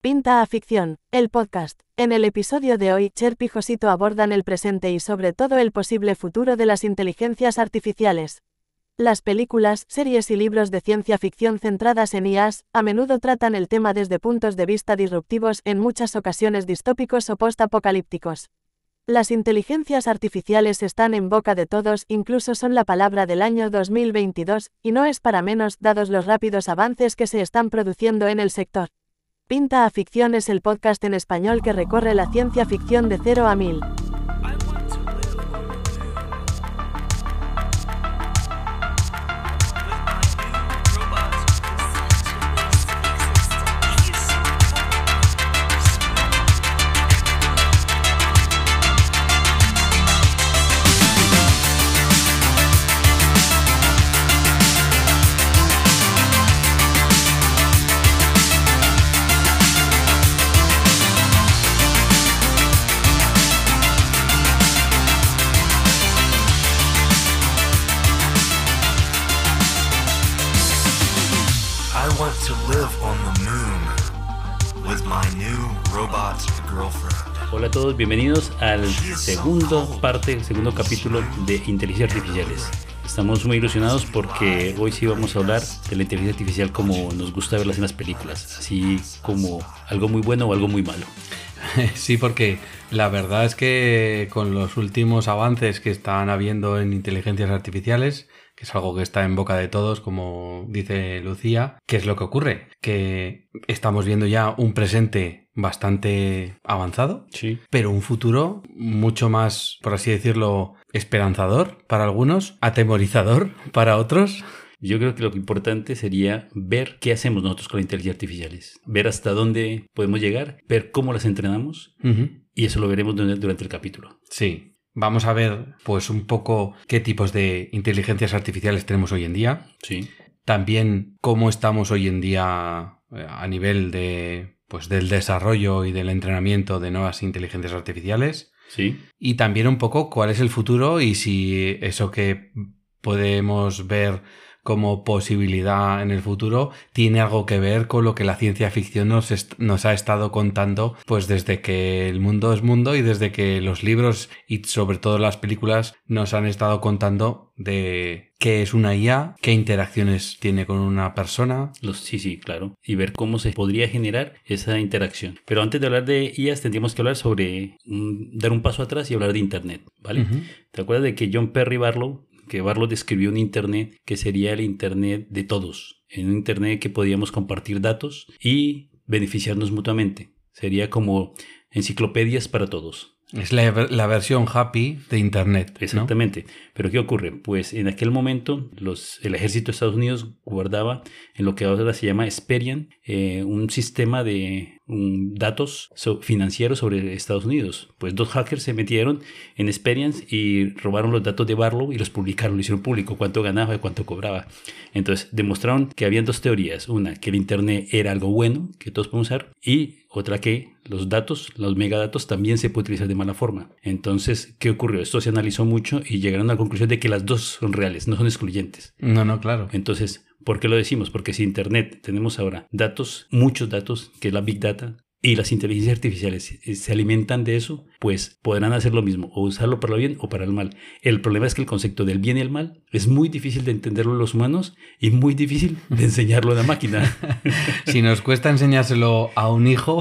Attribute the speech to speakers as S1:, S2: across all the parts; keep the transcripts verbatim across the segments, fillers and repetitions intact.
S1: Pinta a Ficción, el podcast. En el episodio de hoy, Cherp y Josito abordan el presente y sobre todo el posible futuro de las inteligencias artificiales. Las películas, series y libros de ciencia ficción centradas en I As, a menudo tratan el tema desde puntos de vista disruptivos, en muchas ocasiones distópicos o post-apocalípticos. Las inteligencias artificiales están en boca de todos, incluso son la palabra del año dos mil veintidós, y no es para menos, dados los rápidos avances que se están produciendo en el sector. Pinta a Ficción es el podcast en español que recorre la ciencia ficción de cero a mil.
S2: Hola a todos, bienvenidos al segundo parte, el segundo capítulo de Inteligencias Artificiales. Estamos muy ilusionados porque hoy sí vamos a hablar de la inteligencia artificial como nos gusta verlas en las películas, así como algo muy bueno o algo muy malo.
S3: Sí, porque la verdad es que con los últimos avances que están habiendo en inteligencias artificiales, que es algo que está en boca de todos, como dice Lucía, ¿qué es lo que ocurre? Que estamos viendo ya un presente bastante avanzado,
S2: sí,
S3: pero un futuro mucho más, por así decirlo, esperanzador para algunos, atemorizador para otros.
S2: Yo creo que lo importante sería ver qué hacemos nosotros con las inteligencias artificiales, ver hasta dónde podemos llegar, ver cómo las entrenamos, uh-huh. y eso lo veremos durante el capítulo.
S3: Sí. Vamos a ver, pues, un poco qué tipos de inteligencias artificiales tenemos hoy en día.
S2: Sí.
S3: También cómo estamos hoy en día a nivel de, pues, del desarrollo y del entrenamiento de nuevas inteligencias artificiales.
S2: Sí.
S3: Y también un poco cuál es el futuro y si eso que podemos ver como posibilidad en el futuro tiene algo que ver con lo que la ciencia ficción nos, est- nos ha estado contando, pues desde que el mundo es mundo y desde que los libros y sobre todo las películas nos han estado contando de qué es una I A, qué interacciones tiene con una persona.
S2: Los, sí, sí, claro. Y ver cómo se podría generar esa interacción. Pero antes de hablar de I As tendríamos que hablar sobre, un, dar un paso atrás y hablar de Internet, ¿vale? Uh-huh. ¿Te acuerdas de que John Perry Barlow, que Barlow describió un Internet que sería el Internet de todos, en un Internet que podíamos compartir datos y beneficiarnos mutuamente? Sería como enciclopedias para todos.
S3: Es la, la versión happy de Internet, ¿no?
S2: Exactamente. Pero ¿qué ocurre? Pues en aquel momento los, el ejército de Estados Unidos guardaba en lo que ahora se llama Experian, eh, un sistema de um, datos so, financieros sobre Estados Unidos. Pues dos hackers se metieron en Experian y robaron los datos de Barlow y los publicaron, lo hicieron público, cuánto ganaba y cuánto cobraba. Entonces demostraron que habían dos teorías. Una, que el Internet era algo bueno, que todos podemos usar, y otra que los datos, los megadatos, también se puede utilizar de mala forma. Entonces, ¿qué ocurrió? Esto se analizó mucho y llegaron a la conclusión de que las dos son reales, no son excluyentes.
S3: No, no, claro.
S2: Entonces, ¿por qué lo decimos? Porque si Internet tenemos ahora datos, muchos datos, que es la Big Data, y las inteligencias artificiales se alimentan de eso, pues podrán hacer lo mismo, o usarlo para lo bien o para el mal. El problema es que el concepto del bien y el mal es muy difícil de entenderlo los humanos y muy difícil de enseñarlo a la máquina.
S3: Si nos cuesta enseñárselo a un hijo,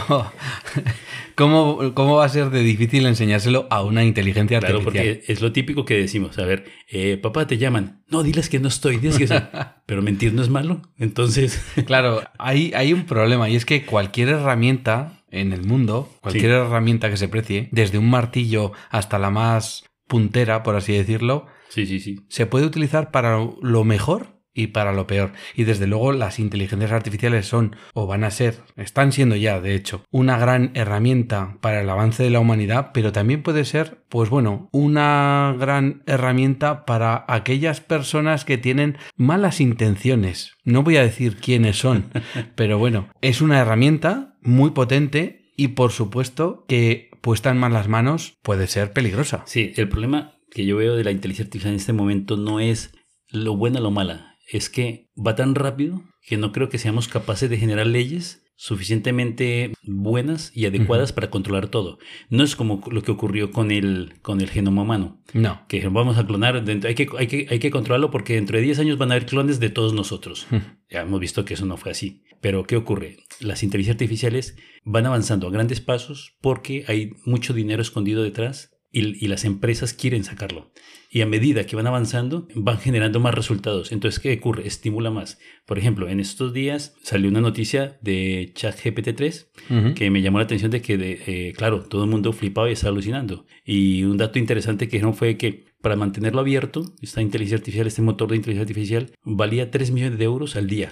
S3: ¿cómo, cómo va a ser de difícil enseñárselo a una inteligencia artificial?
S2: Claro, porque es lo típico que decimos. A ver, eh, papá, te llaman. No, diles que no estoy, diles que sí. Pero mentir no es malo, entonces...
S3: Claro, hay, hay un problema y es que cualquier herramienta en el mundo, cualquier sí. herramienta que se precie, desde un martillo hasta la más puntera, por así decirlo,
S2: sí, sí, sí.
S3: se puede utilizar para lo mejor y para lo peor. Y desde luego las inteligencias artificiales son, o van a ser, están siendo ya, de hecho, una gran herramienta para el avance de la humanidad, pero también puede ser, pues bueno, una gran herramienta para aquellas personas que tienen malas intenciones. No voy a decir quiénes son, pero bueno, es una herramienta muy potente y por supuesto que puesta en malas manos puede ser peligrosa.
S2: Sí, el problema que yo veo de la inteligencia artificial en este momento no es lo buena o lo mala. Es que va tan rápido que no creo que seamos capaces de generar leyes suficientemente buenas y adecuadas uh-huh. para controlar todo. No es como lo que ocurrió con el, con el genoma humano.
S3: No.
S2: Que vamos a clonar, dentro, hay, que, hay, que, hay que controlarlo porque dentro de diez años van a haber clones de todos nosotros. Uh-huh. Ya hemos visto que eso no fue así. Pero ¿qué ocurre? Las inteligencias artificiales van avanzando a grandes pasos porque hay mucho dinero escondido detrás y, y las empresas quieren sacarlo. Y a medida que van avanzando, van generando más resultados. Entonces, ¿qué ocurre? Estimula más. Por ejemplo, en estos días salió una noticia de ChatGPT tres uh-huh. que me llamó la atención de que, de, eh, claro, todo el mundo flipaba y estaba alucinando. Y un dato interesante que dijeron fue que para mantenerlo abierto, esta inteligencia artificial, este motor de inteligencia artificial, valía tres millones de euros al día.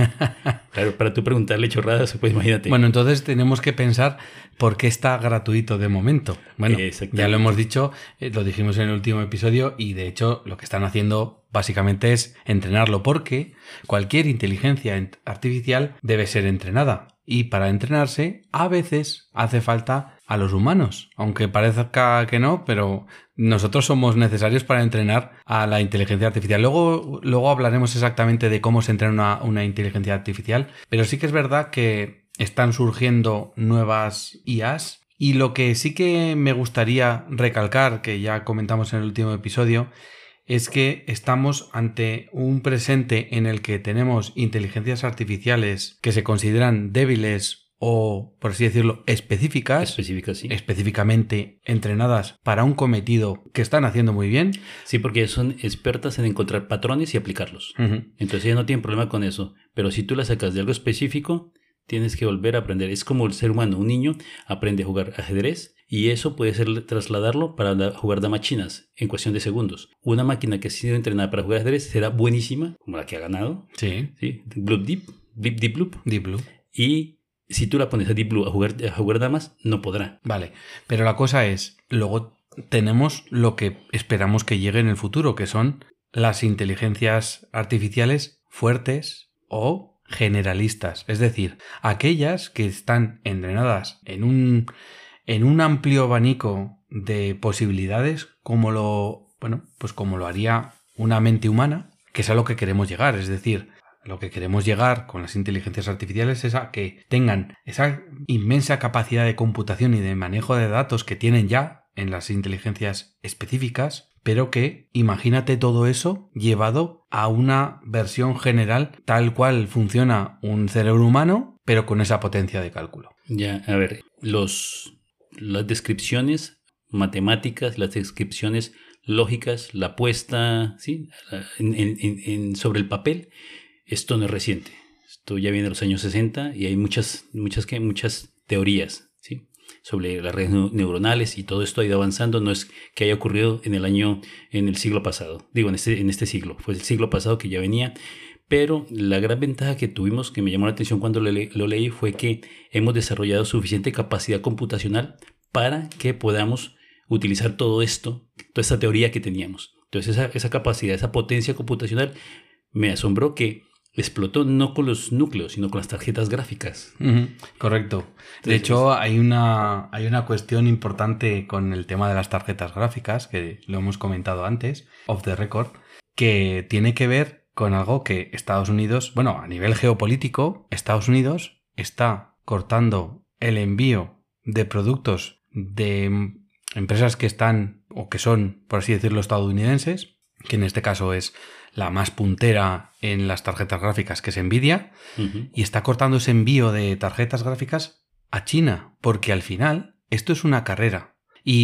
S2: Claro, para tú preguntarle chorradas, pues imagínate.
S3: Bueno, entonces tenemos que pensar por qué está gratuito de momento. Bueno, ya lo hemos dicho, eh, lo dijimos en el último episodio y de hecho lo que están haciendo básicamente es entrenarlo porque cualquier inteligencia artificial debe ser entrenada. Y para entrenarse, a veces hace falta a los humanos. Aunque parezca que no, pero nosotros somos necesarios para entrenar a la inteligencia artificial. Luego, luego hablaremos exactamente de cómo se entrena una, una inteligencia artificial. Pero sí que es verdad que están surgiendo nuevas I As. Y lo que sí que me gustaría recalcar, que ya comentamos en el último episodio, es que estamos ante un presente en el que tenemos inteligencias artificiales que se consideran débiles o, por así decirlo, específicas,
S2: Específicas, sí.
S3: específicamente entrenadas para un cometido que están haciendo muy bien.
S2: Sí, porque son expertas en encontrar patrones y aplicarlos.
S3: Uh-huh.
S2: Entonces ellas no tienen problema con eso. Pero si tú las sacas de algo específico, tienes que volver a aprender. Es como el ser humano. Un niño aprende a jugar ajedrez y eso puede ser trasladarlo para jugar damas chinas en cuestión de segundos. Una máquina que ha sido entrenada para jugar ajedrez será buenísima, como la que ha ganado.
S3: Sí.
S2: ¿Sí? Bloop Deep, Deep Deep Bloop.
S3: Deep Blue.
S2: Y si tú la pones a Deep Blue a jugar, a jugar damas, no podrá.
S3: Vale, pero la cosa es, luego tenemos lo que esperamos que llegue en el futuro, que son las inteligencias artificiales fuertes o generalistas. Es decir, aquellas que están entrenadas en un, en un amplio abanico de posibilidades, como lo, bueno, pues como lo haría una mente humana, que es a lo que queremos llegar. Es decir, lo que queremos llegar con las inteligencias artificiales es a que tengan esa inmensa capacidad de computación y de manejo de datos que tienen ya en las inteligencias específicas, pero que imagínate todo eso llevado a una versión general tal cual funciona un cerebro humano, pero con esa potencia de cálculo.
S2: Ya, a ver, los, las descripciones matemáticas, las descripciones lógicas, la puesta, ¿sí? en, en, en, sobre el papel. Esto no es reciente, esto ya viene de los años sesenta y hay muchas, muchas, muchas teorías, ¿sí? Sobre las redes neuronales y todo esto ha ido avanzando. No es que haya ocurrido en el año, en el siglo pasado, digo en este, en este siglo, fue el siglo pasado que ya venía, pero la gran ventaja que tuvimos, que me llamó la atención cuando lo, le, lo leí, fue que hemos desarrollado suficiente capacidad computacional para que podamos utilizar todo esto, toda esta teoría que teníamos. Entonces esa, esa capacidad, esa potencia computacional me asombró que explotó no con los núcleos, sino con las tarjetas gráficas.
S3: Uh-huh, correcto. Entonces, de hecho, hay una, hay una cuestión importante con el tema de las tarjetas gráficas, que lo hemos comentado antes, off the record, que tiene que ver con algo que Estados Unidos, bueno, a nivel geopolítico, Estados Unidos está cortando el envío de productos de empresas que están, o que son, por así decirlo, estadounidenses, que en este caso es la más puntera en las tarjetas gráficas, que es Nvidia, uh-huh. y está cortando ese envío de tarjetas gráficas a China, porque al final esto es una carrera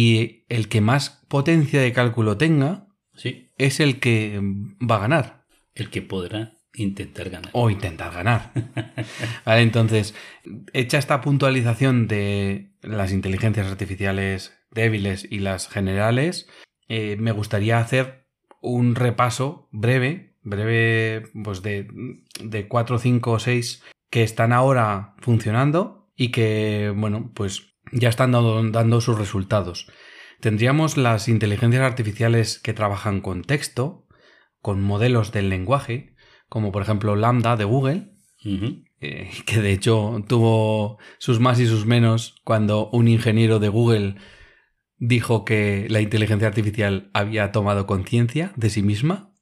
S3: y el que más potencia de cálculo tenga
S2: sí.
S3: es el que va a ganar.
S2: El que podrá intentar ganar.
S3: O intentar ganar. Vale, entonces, hecha esta puntualización de las inteligencias artificiales débiles y las generales, eh, me gustaría hacer un repaso breve, breve pues de, de cuatro, cinco o seis que están ahora funcionando y que, bueno, pues ya están dando, dando sus resultados. Tendríamos las inteligencias artificiales que trabajan con texto, con modelos del lenguaje, como por ejemplo Lambda de Google,
S2: uh-huh.
S3: eh, que de hecho tuvo sus más y sus menos cuando un ingeniero de Google dijo que la inteligencia artificial había tomado conciencia de sí misma.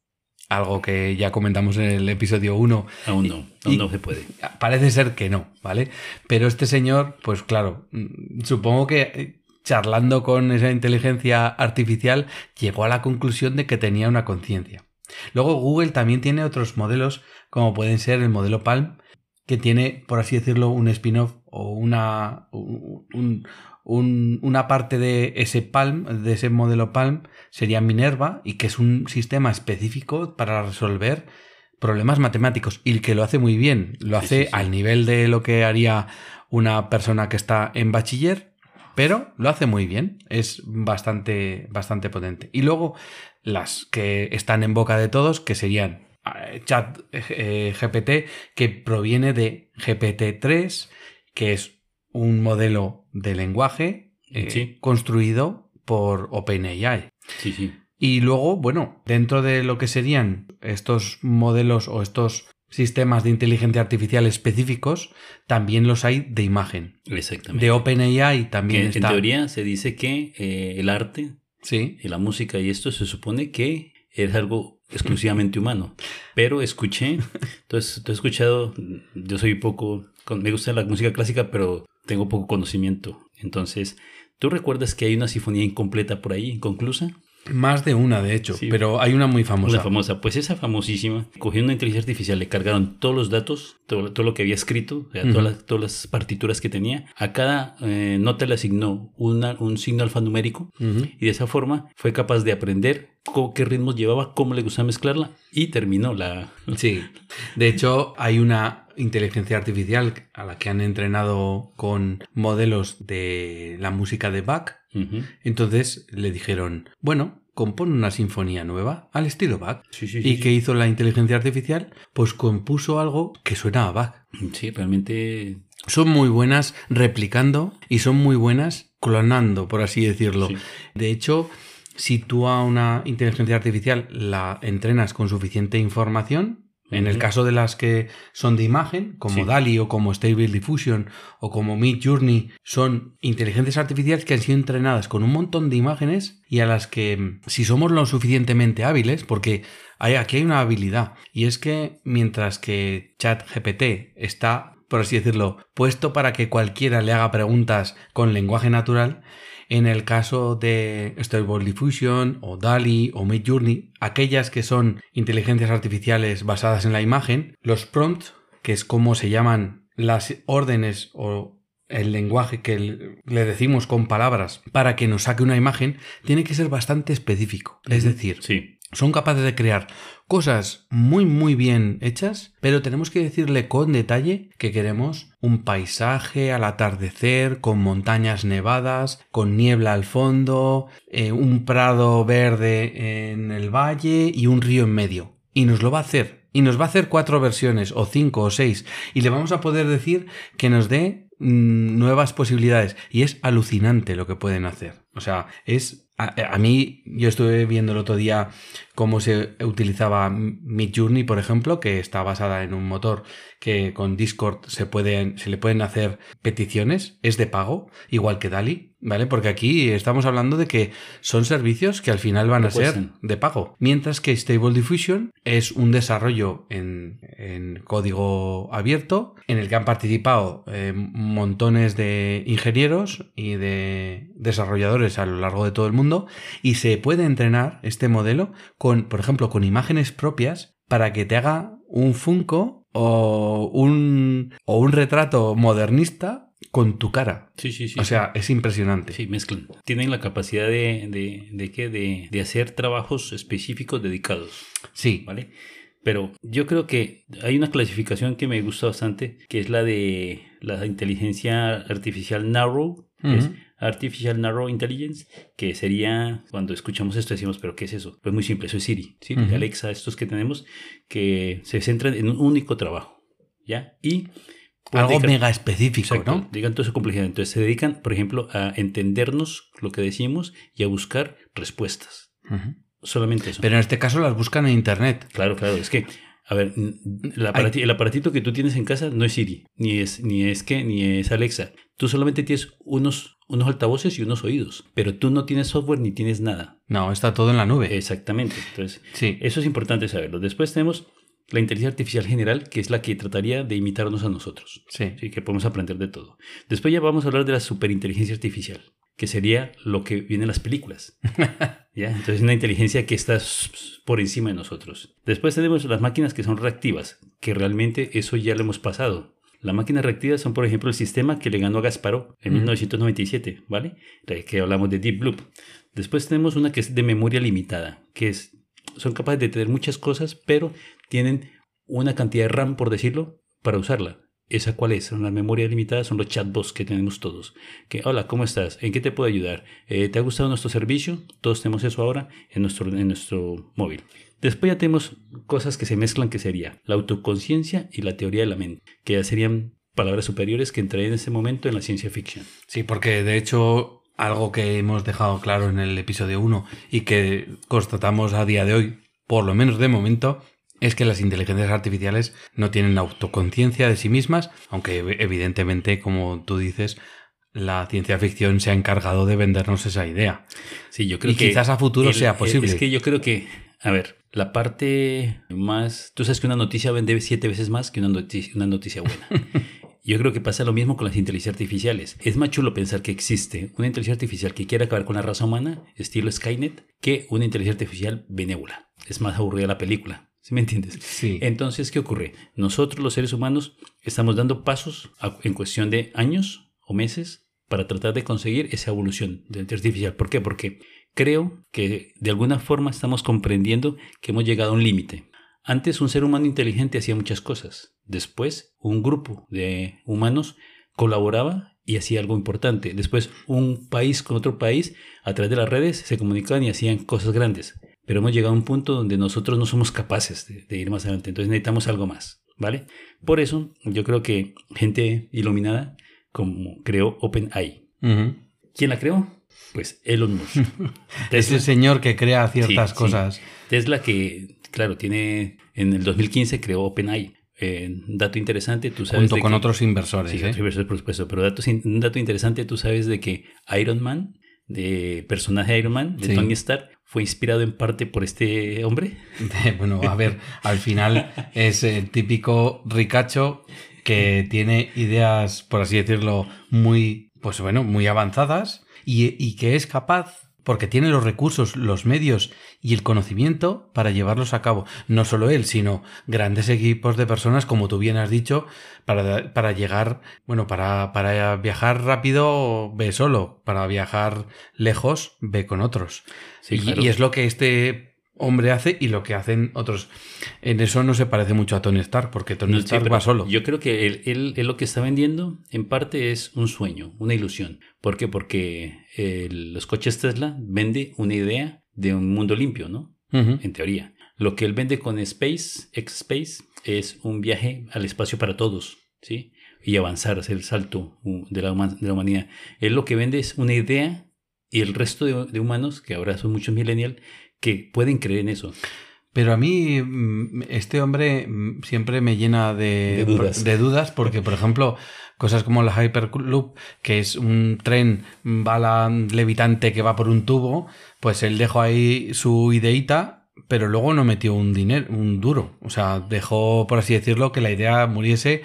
S3: algo que ya comentamos en el episodio uno.
S2: Aún no, aún y, no se puede.
S3: Parece ser que no, ¿vale? Pero este señor, pues claro, supongo que charlando con esa inteligencia artificial llegó a la conclusión de que tenía una conciencia. Luego Google también tiene otros modelos, como pueden ser el modelo Palm, que tiene, por así decirlo, un spin-off o una, un, un, una parte de ese Palm, de ese modelo Palm, sería Minerva, y que es un sistema específico para resolver problemas matemáticos, y que lo hace muy bien. Lo hace sí, sí, sí. al nivel de lo que haría una persona que está en bachiller, pero lo hace muy bien. Es bastante, bastante potente. Y luego las que están en boca de todos, que serían Chat eh, G P T, que proviene de G P T tres, que es un modelo de lenguaje eh,
S2: sí.
S3: construido por OpenAI.
S2: Sí, sí.
S3: Y luego, bueno, dentro de lo que serían estos modelos o estos sistemas de inteligencia artificial específicos, también los hay de imagen.
S2: Exactamente.
S3: De OpenAI también
S2: que,
S3: está.
S2: En teoría se dice que eh, el arte
S3: sí.
S2: y la música y esto se supone que es algo exclusivamente humano. Pero escuché, entonces tú has escuchado, yo soy poco, me gusta la música clásica, pero tengo poco conocimiento. Entonces, ¿tú recuerdas que hay una sinfonía incompleta por ahí, inconclusa?
S3: Más de una, de hecho, sí, pero hay una muy famosa.
S2: Una famosa, pues esa famosísima, cogieron una inteligencia artificial, le cargaron todos los datos, todo, todo lo que había escrito, o sea, uh-huh. todas, las, todas las partituras que tenía. A cada eh, nota le asignó una, un signo alfanumérico uh-huh. y de esa forma fue capaz de aprender cómo, qué ritmos llevaba, cómo le gustaba mezclarla y terminó la...
S3: Sí, de hecho hay una inteligencia artificial a la que han entrenado con modelos de la música de Bach.
S2: Uh-huh.
S3: Entonces le dijeron, bueno, compone una sinfonía nueva al estilo Bach.
S2: Sí, sí,
S3: ¿Y
S2: sí,
S3: qué
S2: sí.
S3: hizo la inteligencia artificial? Pues compuso algo que suena a Bach.
S2: Sí, realmente...
S3: Son muy buenas replicando y son muy buenas clonando, por así decirlo.
S2: Sí.
S3: De hecho, si tú a una inteligencia artificial la entrenas con suficiente información, en el caso de las que son de imagen, como sí. DALL-E o como Stable Diffusion o como Midjourney, son inteligencias artificiales que han sido entrenadas con un montón de imágenes y a las que, si somos lo suficientemente hábiles, porque hay, aquí hay una habilidad, y es que mientras que ChatGPT está, por así decirlo, puesto para que cualquiera le haga preguntas con lenguaje natural, en el caso de Stable Diffusion o DALL-E o Midjourney, aquellas que son inteligencias artificiales basadas en la imagen, los prompts, que es como se llaman las órdenes o el lenguaje que le decimos con palabras para que nos saque una imagen, tiene que ser bastante específico. Es decir,
S2: sí.
S3: son capaces de crear cosas muy muy bien hechas, pero tenemos que decirle con detalle que queremos un paisaje al atardecer con montañas nevadas, con niebla al fondo, eh, un prado verde en el valle y un río en medio. Y nos lo va a hacer. Y nos va a hacer cuatro versiones, o cinco, o seis. Y le vamos a poder decir que nos dé mmm, nuevas posibilidades. Y es alucinante lo que pueden hacer. O sea, es... A, a mí, yo estuve viendo el otro día cómo se utilizaba Midjourney, por ejemplo, que está basada en un motor que con Discord se pueden, se le pueden hacer peticiones, es de pago, igual que DALL-E, ¿vale? Porque aquí estamos hablando de que son servicios que al final van a ser de pago. Mientras que Stable Diffusion es un desarrollo en, en código abierto, en el que han participado eh, montones de ingenieros y de desarrolladores a lo largo de todo el mundo, y se puede entrenar este modelo con, por ejemplo, con imágenes propias para que te haga un Funko o un, o un retrato modernista con tu cara.
S2: Sí, sí, sí.
S3: O sea, es impresionante.
S2: Sí, mezclan. Tienen la capacidad de, de, de, ¿qué? de, de hacer trabajos específicos dedicados.
S3: Sí.
S2: ¿Vale? Pero yo creo que hay una clasificación que me gusta bastante, que es la de la inteligencia artificial narrow, que uh-huh. es Artificial Narrow Intelligence, que sería, cuando escuchamos esto decimos, ¿pero qué es eso? Pues muy simple, eso es Siri, ¿sí? Uh-huh. Alexa, estos que tenemos, que se centran en un único trabajo, ¿ya? Y
S3: algo
S2: dedicar,
S3: mega específico,
S2: exacto,
S3: ¿no?
S2: Dedican toda su complejidad. Entonces se dedican, por ejemplo, a entendernos lo que decimos y a buscar respuestas.
S3: Uh-huh.
S2: Solamente eso.
S3: Pero en este caso las buscan en internet.
S2: Claro, claro, es que A ver, el, aparati, el aparatito que tú tienes en casa no es Siri, ni es, ni es que, ni es Alexa. Tú solamente tienes unos, unos altavoces y unos oídos, pero tú no tienes software ni tienes nada.
S3: No, está todo en la nube.
S2: Exactamente. Entonces,
S3: sí.
S2: Eso es importante saberlo. Después tenemos la inteligencia artificial general, que es la que trataría de imitarnos a nosotros.
S3: Sí.
S2: Sí, que podemos aprender de todo. Después ya vamos a hablar de la superinteligencia artificial, que sería lo que viene en las películas. ¿Ya? Entonces, una inteligencia que está por encima de nosotros. Después tenemos las máquinas que son reactivas, que realmente eso ya lo hemos pasado. Las máquinas reactivas son, por ejemplo, el sistema que le ganó a Kasparov en mm. mil novecientos noventa y siete, ¿vale? Que hablamos de Deep Blue. Después tenemos una que es de memoria limitada, que es, son capaces de tener muchas cosas, pero tienen una cantidad de RAM, por decirlo, para usarla. ¿Esa cuál es? Son las memorias limitadas, son los chatbots que tenemos todos. Que, hola, ¿cómo estás? ¿En qué te puedo ayudar? Eh, ¿Te ha gustado nuestro servicio? Todos tenemos eso ahora en nuestro, en nuestro móvil. Después ya tenemos cosas que se mezclan, que sería la autoconciencia y la teoría de la mente, que ya serían palabras superiores que entrarían en ese momento en la ciencia ficción.
S3: Sí, porque de hecho algo que hemos dejado claro en el episodio uno y que constatamos a día de hoy, por lo menos de momento, es que las inteligencias artificiales no tienen autoconciencia de sí mismas, aunque evidentemente, como tú dices, la ciencia ficción se ha encargado de vendernos esa idea.
S2: Sí, yo creo
S3: y
S2: que
S3: quizás a futuro
S2: el,
S3: sea posible.
S2: Es que yo creo que, a ver, la parte más... Tú sabes que una noticia vende siete veces más que una noticia, una noticia buena. Yo creo que pasa lo mismo con las inteligencias artificiales. Es más chulo pensar que existe una inteligencia artificial que quiere acabar con la raza humana, estilo Skynet, que una inteligencia artificial benévola. Es más aburrida la película. ¿Sí me entiendes?
S3: Sí.
S2: Entonces, ¿qué ocurre? Nosotros, los seres humanos, estamos dando pasos a, en cuestión de años o meses para tratar de conseguir esa evolución de la inteligencia artificial. ¿Por qué? Porque creo que de alguna forma estamos comprendiendo que hemos llegado a un límite. Antes, un ser humano inteligente hacía muchas cosas. Después, un grupo de humanos colaboraba y hacía algo importante. Después, un país con otro país, a través de las redes, se comunicaban y hacían cosas grandes. Pero hemos llegado a un punto donde nosotros no somos capaces de, de ir más adelante. Entonces necesitamos algo más, ¿vale? Por eso yo creo que gente iluminada como creó OpenAI.
S3: Uh-huh.
S2: ¿Quién la creó? Pues Elon Musk.
S3: Ese señor que crea ciertas sí, cosas.
S2: Sí. Tesla que, claro, tiene en el dos mil quince creó OpenAI. Eh, dato interesante, tú sabes...
S3: Junto
S2: de
S3: con
S2: que,
S3: otros inversores.
S2: Sí,
S3: ¿eh?
S2: otros inversores, por supuesto. Pero dato, un dato interesante, tú sabes de que Iron Man, de personaje de Iron Man, de sí. Tony Stark, fue inspirado en parte por este hombre.
S3: Bueno, a ver, al final es el típico ricacho que tiene ideas, por así decirlo, muy, pues bueno, muy avanzadas y, y que es capaz, porque tiene los recursos, los medios y el conocimiento para llevarlos a cabo. No solo él, sino grandes equipos de personas, como tú bien has dicho, para, para llegar, bueno, para, para viajar rápido ve solo, para viajar lejos ve con otros.
S2: Sí,
S3: y,
S2: claro.
S3: y es lo que este hombre hace y lo que hacen otros. En eso no se parece mucho a Tony Stark, porque Tony
S2: no,
S3: Stark
S2: sí,
S3: va solo.
S2: Yo creo que él, él, él lo que está vendiendo en parte es un sueño, una ilusión. ¿Por qué? Porque eh, los coches Tesla vende una idea de un mundo limpio, ¿no?
S3: Uh-huh.
S2: En teoría. Lo que él vende con Space, X-Space, es un viaje al espacio para todos, ¿sí? Y avanzar, hacer el salto de la, de la humanidad. Él lo que vende es una idea y el resto de, de humanos, que ahora son muchos millennials, que pueden creer en eso.
S3: Pero a mí este hombre siempre me llena de,
S2: de, dudas.
S3: de dudas porque, por ejemplo, cosas como la Hyperloop, que es un tren bala levitante que va por un tubo, pues él dejó ahí su ideita, pero luego no metió un dinero, un duro. O sea, dejó, por así decirlo, que la idea muriese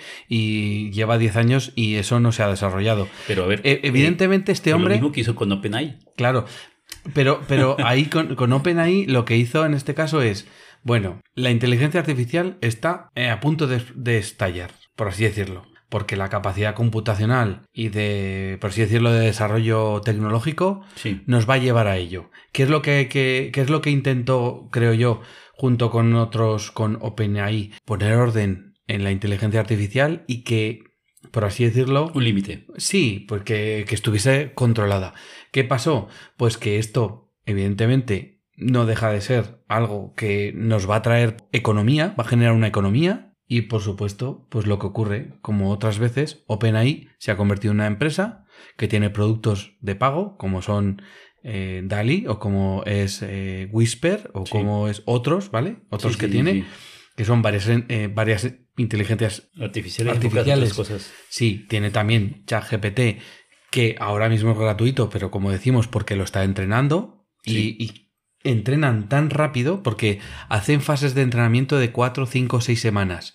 S3: y lleva diez años y eso no se ha desarrollado.
S2: Pero a ver,
S3: e- evidentemente
S2: eh,
S3: este hombre...
S2: Lo mismo que hizo con OpenAI.
S3: Claro. Pero, pero ahí con, con OpenAI lo que hizo en este caso es, bueno, la inteligencia artificial está eh, a punto de, de estallar, por así decirlo, porque la capacidad computacional y de, por así decirlo, de desarrollo tecnológico
S2: sí.
S3: nos va a llevar a ello. ¿Qué es lo que, que, qué es lo que intentó, creo yo, junto con otros, con OpenAI, poner orden en la inteligencia artificial y que, por así decirlo...
S2: Un límite.
S3: Sí, porque que estuviese controlada. ¿Qué pasó? Pues que esto, evidentemente, no deja de ser algo que nos va a traer economía, va a generar una economía y, por supuesto, pues lo que ocurre, como otras veces, OpenAI se ha convertido en una empresa que tiene productos de pago, como son eh, DALL-E o como es eh, Whisper o
S2: sí.
S3: como es otros, ¿vale? Otros
S2: sí,
S3: que
S2: sí,
S3: tiene.
S2: Sí.
S3: que son varias, eh, varias inteligencias
S2: artificiales,
S3: artificiales.
S2: Cosas.
S3: Sí, tiene también ChatGPT, que ahora mismo es gratuito, pero como decimos, porque lo está entrenando
S2: Sí.
S3: y, y entrenan tan rápido porque hacen fases de entrenamiento de cuatro, cinco, seis semanas.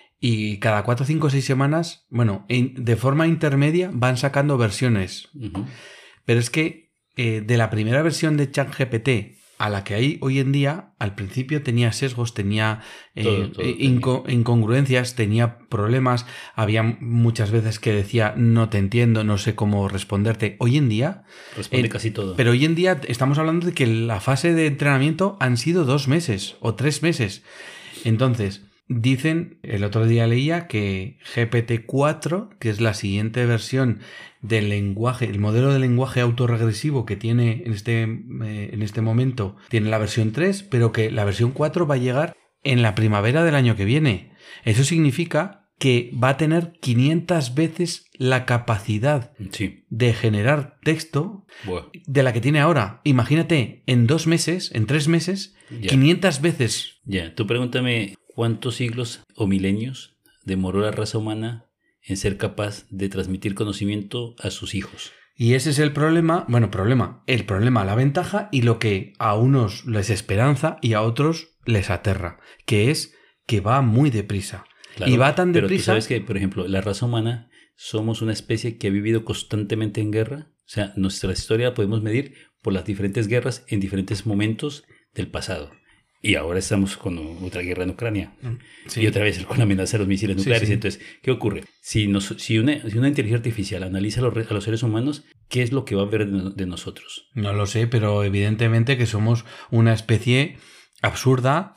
S3: Y cada cuatro, cinco, seis semanas, bueno, en, de forma intermedia van sacando versiones.
S2: Uh-huh.
S3: Pero es que eh, de la primera versión de ChatGPT a la que hay hoy en día, al principio tenía sesgos, tenía, eh,
S2: todo, todo
S3: inco-
S2: tenía.
S3: incongruencias, tenía problemas, había muchas veces que decía no te entiendo, no sé cómo responderte. Hoy en día...
S2: Responde
S3: eh,
S2: casi todo.
S3: Pero hoy en día estamos hablando de que la fase de entrenamiento han sido dos meses o tres meses. Entonces... Dicen, el otro día leía que G P T cuatro, que es la siguiente versión del lenguaje, el modelo de lenguaje autorregresivo que tiene en este, eh, en este momento, tiene la versión tres, pero que la versión cuatro va a llegar en la primavera del año que viene. Eso significa que va a tener quinientas veces la capacidad
S2: sí.
S3: de generar texto
S2: Buah.
S3: de la que tiene ahora. Imagínate, en dos meses, en tres meses,
S2: Ya.
S3: quinientas veces.
S2: Ya, tú pregúntame cuántos siglos o milenios demoró la raza humana en ser capaz de transmitir conocimiento a sus hijos.
S3: Y ese es el problema, bueno, problema, el problema, la ventaja y lo que a unos les esperanza y a otros les aterra, que es que va muy deprisa.
S2: Claro,
S3: y va tan
S2: pero
S3: deprisa...
S2: tú sabes que, por ejemplo, la raza humana somos una especie que ha vivido constantemente en guerra. O sea, nuestra historia la podemos medir por las diferentes guerras en diferentes momentos del pasado. Y ahora estamos con otra guerra en Ucrania. Sí. Y otra vez con la amenaza de los misiles nucleares. Sí, sí. Entonces, ¿qué ocurre? Si, nos, si, una, si una inteligencia artificial analiza a los, a los seres humanos, ¿qué es lo que va a ver de, de nosotros?
S3: No lo sé, pero evidentemente que somos una especie absurda.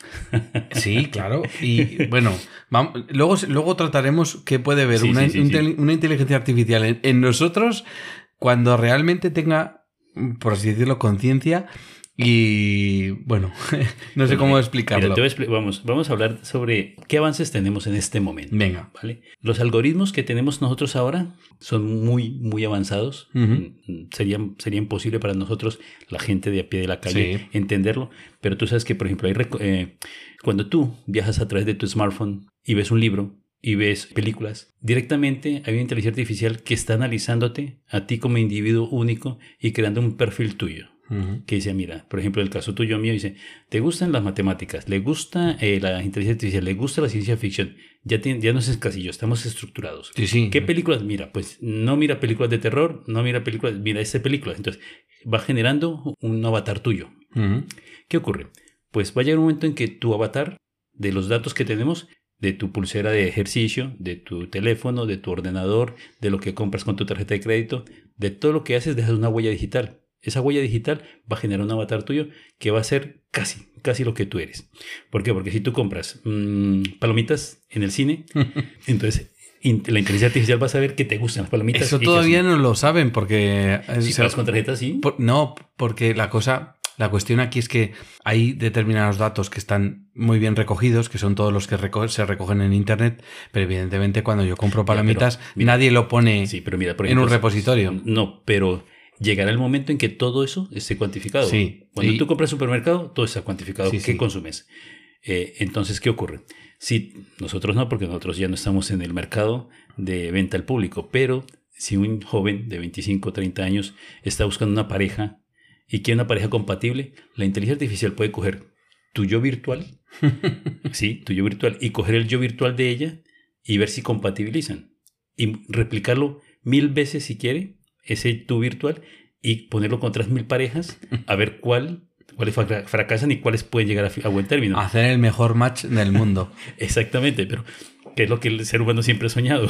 S3: Sí, claro. Y bueno, vamos, luego, luego trataremos qué puede ver sí, una, sí, sí, sí. una inteligencia artificial en, en nosotros cuando realmente tenga, por así decirlo, conciencia. Y bueno, no sé bueno, cómo explicarlo.
S2: Mira, te voy a expl- vamos, vamos a hablar sobre qué avances tenemos en este momento.
S3: Venga.
S2: ¿Vale? Los algoritmos que tenemos nosotros ahora son muy, muy avanzados. Uh-huh. Sería, sería imposible para nosotros, la gente de a pie de la calle, sí. entenderlo. Pero tú sabes que, por ejemplo, hay rec- eh, cuando tú viajas a través de tu smartphone y ves un libro y ves películas, directamente hay una inteligencia artificial que está analizándote a ti como individuo único y creando un perfil tuyo. Uh-huh. Que dice, mira, por ejemplo, el caso tuyo mío dice, ¿te gustan las matemáticas? ¿Le gusta eh, la inteligencia artificial? ¿Le gusta la ciencia ficción? Ya, tiene, ya no es casillo, estamos estructurados.
S3: Sí, sí.
S2: ¿Qué películas mira? Pues no mira películas de terror, no mira películas, mira estas películas. Entonces va generando un avatar tuyo.
S3: Uh-huh.
S2: ¿Qué ocurre? Pues va a llegar un momento en que tu avatar, de los datos que tenemos, de tu pulsera de ejercicio, de tu teléfono, de tu ordenador, de lo que compras con tu tarjeta de crédito, de todo lo que haces, dejas una huella digital. Esa huella digital va a generar un avatar tuyo que va a ser casi, casi lo que tú eres. ¿Por qué? Porque si tú compras mmm, palomitas en el cine, entonces in- la inteligencia artificial va a saber que te gustan las palomitas.
S3: Eso todavía no lo saben porque...
S2: Si pagas con tarjeta, sí.
S3: Por, no, porque la cosa... La cuestión aquí es que hay determinados datos que están muy bien recogidos, que son todos los que reco- se recogen en Internet, pero evidentemente cuando yo compro palomitas, pero, mira, nadie lo pone
S2: sí, pero mira, por ejemplo,
S3: en un repositorio.
S2: No, pero... llegará el momento en que todo eso esté cuantificado.
S3: Sí,
S2: Cuando
S3: y...
S2: tú compras supermercado, todo está cuantificado.
S3: Sí,
S2: ¿Qué
S3: sí.
S2: consumes? Eh, entonces, ¿qué ocurre? Si nosotros no, porque nosotros ya no estamos en el mercado de venta al público, pero si un joven de veinticinco o treinta años está buscando una pareja y quiere una pareja compatible, la inteligencia artificial puede coger tu yo virtual, sí, tu yo virtual, y coger el yo virtual de ella y ver si compatibilizan. Y replicarlo mil veces si quiere, ese tú virtual, y ponerlo con otras mil parejas a ver cuál, cuáles fracasan y cuáles pueden llegar a, a buen término.
S3: Hacer el mejor match del mundo.
S2: Exactamente, pero que es lo que el ser humano siempre ha soñado.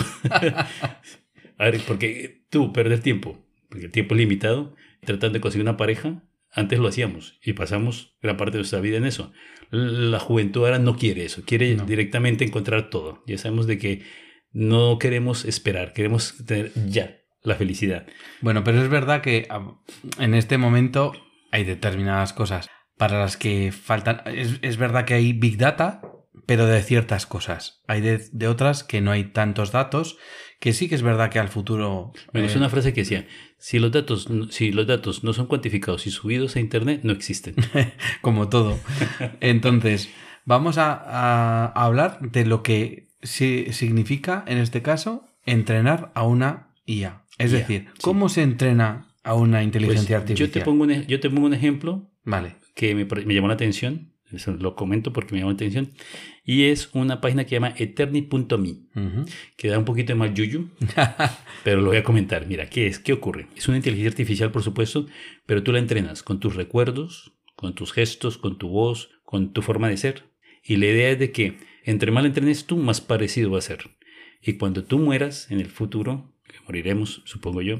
S2: A ver, porque tú perder tiempo, porque el tiempo es limitado, tratando de conseguir una pareja, antes lo hacíamos y pasamos gran parte de nuestra vida en eso. La juventud ahora no quiere eso, quiere no. directamente encontrar todo. Ya sabemos de que no queremos esperar, queremos tener ya la felicidad.
S3: Bueno, pero es verdad que en este momento hay determinadas cosas para las que faltan. Es, es verdad que hay Big Data, pero de ciertas cosas. Hay de, de otras que no hay tantos datos, que sí que es verdad que al futuro...
S2: Bueno, eh... es una frase que decía, si los datos, si los datos no son cuantificados y subidos a Internet, no existen.
S3: Como todo. Entonces... Vamos a, a, a hablar de lo que si, significa, en este caso, entrenar a una I A. Es
S2: I A,
S3: decir,
S2: sí.
S3: ¿cómo se entrena a una inteligencia
S2: Pues
S3: artificial?
S2: Yo te, pongo un, yo te pongo un ejemplo
S3: Vale.
S2: que me, me llamó la atención. Eso lo comento porque me llamó la atención. Y es una página que se llama eterni punto me,
S3: Uh-huh.
S2: que da un poquito de mal yuyu, pero lo voy a comentar. Mira, ¿qué es? ¿Qué ocurre? Es una inteligencia artificial, por supuesto, pero tú la entrenas con tus recuerdos, con tus gestos, con tu voz, con tu forma de ser. Y la idea es de que entre más la entrenes tú, más parecido va a ser. Y cuando tú mueras en el futuro, que moriremos, supongo yo,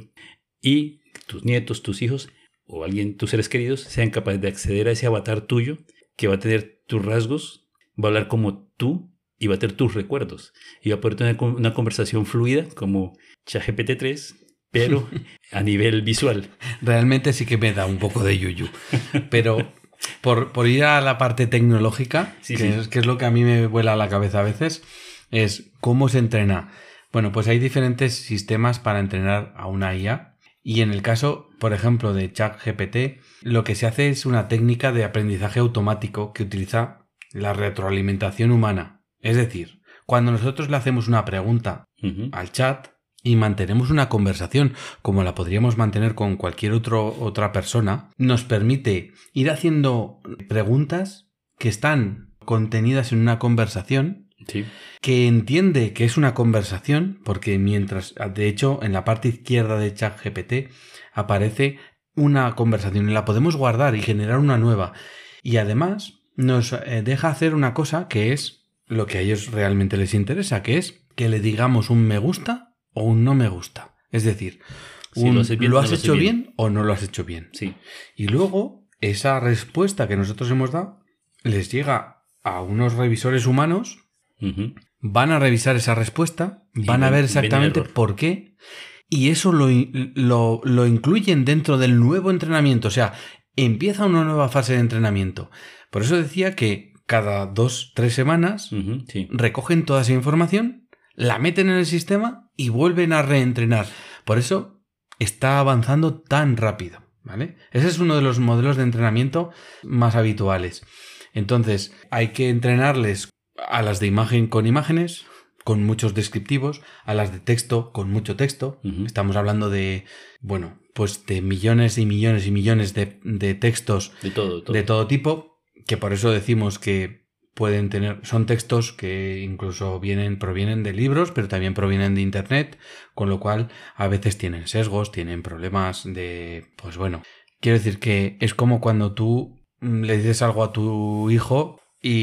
S2: y tus nietos, tus hijos o alguien, tus seres queridos, sean capaces de acceder a ese avatar tuyo, que va a tener tus rasgos, va a hablar como tú y va a tener tus recuerdos. Y va a poder tener una conversación fluida como ChatGPT tres, pero a nivel visual.
S3: Realmente sí que me da un poco de yuyu. Pero por, por ir a la parte tecnológica,
S2: Sí,
S3: que,
S2: sí.
S3: Es, que es lo que a mí me vuela a la cabeza a veces, es cómo se entrena. Bueno, pues hay diferentes sistemas para entrenar a una I A. Y en el caso, por ejemplo, de ChatGPT, lo que se hace es una técnica de aprendizaje automático que utiliza la retroalimentación humana. Es decir, cuando nosotros le hacemos una pregunta
S2: Uh-huh.
S3: al chat y mantenemos una conversación como la podríamos mantener con cualquier otro, otra persona, nos permite ir haciendo preguntas que están contenidas en una conversación,
S2: Sí.
S3: que entiende que es una conversación, porque mientras, de hecho, en la parte izquierda de ChatGPT aparece una conversación y la podemos guardar y generar una nueva. Y además nos eh, deja hacer una cosa que es lo que a ellos realmente les interesa, que es que le digamos un me gusta o un no me gusta. Es decir,
S2: Sí,
S3: un,
S2: lo haces bien,
S3: ¿lo
S2: no
S3: has
S2: lo haces
S3: hecho
S2: bien.
S3: bien o no lo has hecho bien?
S2: Sí.
S3: Y luego, esa respuesta que nosotros hemos dado les llega a unos revisores humanos.
S2: Uh-huh.
S3: Van a revisar esa respuesta,
S2: Y
S3: van a
S2: ven-
S3: ver
S2: ven el
S3: exactamente
S2: error.
S3: por qué, y eso lo, in- lo, lo incluyen dentro del nuevo entrenamiento. O sea, empieza una nueva fase de entrenamiento. Por eso decía que cada dos, tres semanas
S2: Uh-huh. Sí.
S3: recogen toda esa información, la meten en el sistema y vuelven a reentrenar. Por eso está avanzando tan rápido, ¿vale? Ese es uno de los modelos de entrenamiento más habituales. Entonces, hay que entrenarles a las de imagen con imágenes, con muchos descriptivos, a las de texto con mucho texto.
S2: Uh-huh.
S3: Estamos hablando de, bueno, pues de millones y millones y millones de, de textos
S2: De todo, de todo.
S3: de todo tipo, que por eso decimos que pueden tener, son textos que incluso vienen, provienen de libros, pero también provienen de internet, con lo cual a veces tienen sesgos, tienen problemas de, pues bueno, quiero decir que es como cuando tú mm, le dices algo a tu hijo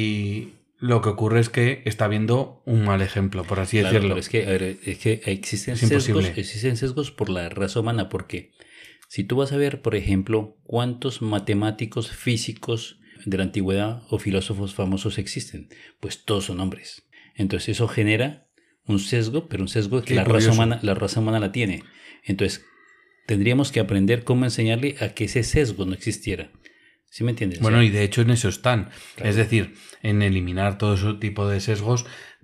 S3: y lo que ocurre es que está viendo un mal ejemplo, por así
S2: Claro,
S3: decirlo.
S2: pero es que, a ver, es que existen
S3: Es
S2: sesgos,
S3: imposible.
S2: existen sesgos por la raza humana, porque si tú vas a ver, por ejemplo, cuántos matemáticos físicos de la antigüedad o filósofos famosos existen, pues todos son hombres. Entonces eso genera un sesgo, pero un sesgo que
S3: Qué
S2: la raza,
S3: curioso.
S2: humana, la raza humana la tiene. Entonces tendríamos que aprender cómo enseñarle a que ese sesgo no existiera. ¿Sí me entiendes?
S3: Bueno,
S2: O sea,
S3: y de hecho en eso están.
S2: Claro.
S3: Es decir, en eliminar todo ese tipo de sesgos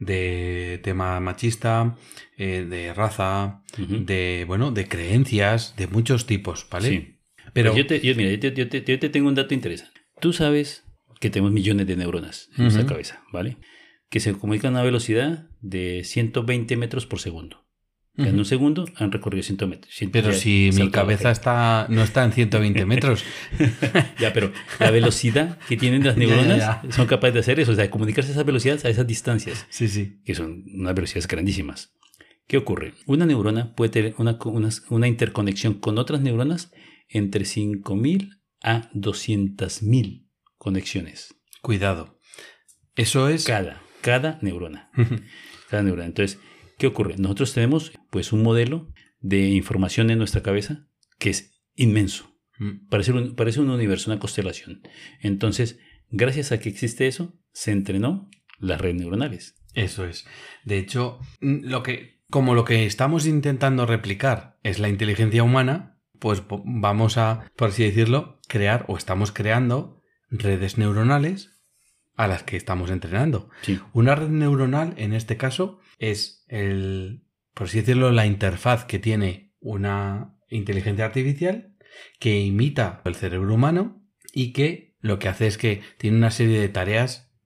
S3: de tema machista, eh, de raza,
S2: Ujú.
S3: de, bueno, de creencias, de muchos tipos, ¿vale?
S2: Sí.
S3: Pero,
S2: Pues yo te, yo, mira, yo te, yo te- yo te tengo un dato interesante. Tú sabes que tenemos millones de neuronas en nuestra
S3: Ujú.
S2: cabeza, ¿vale? Que se comunican a una velocidad de ciento veinte metros por segundo. O sea, en
S3: Ujú.
S2: un segundo han recorrido cien metros. cien-
S3: pero
S2: ya
S3: si mi
S2: saltó la
S3: cabeza
S2: barrera.
S3: está, no está en ciento veinte metros.
S2: Ya, pero la velocidad que tienen las
S3: Ya, ya,
S2: neuronas
S3: ya.
S2: son capaces de hacer eso, o sea, de comunicarse a esas velocidades, a esas distancias,
S3: Sí, sí.
S2: que son unas velocidades grandísimas. ¿Qué ocurre? Una neurona puede tener una, una, una interconexión con otras neuronas entre cinco mil a doscientas mil conexiones.
S3: Cuidado. Eso es...
S2: Cada, cada neurona. Cada neurona. Entonces, ¿qué ocurre? Nosotros tenemos pues un modelo de información en nuestra cabeza que es inmenso. Parece un, parece un universo, una constelación. Entonces, gracias a que existe eso, se entrenó las redes neuronales.
S3: Eso es. De hecho, lo que, como lo que estamos intentando replicar es la inteligencia humana, pues po- vamos a, por así decirlo, crear o estamos creando redes neuronales a las que estamos entrenando.
S2: Sí.
S3: Una red neuronal, en este caso, es el, por así decirlo, la interfaz que tiene una inteligencia artificial que imita el cerebro humano y que lo que hace es que tiene una serie de tareas de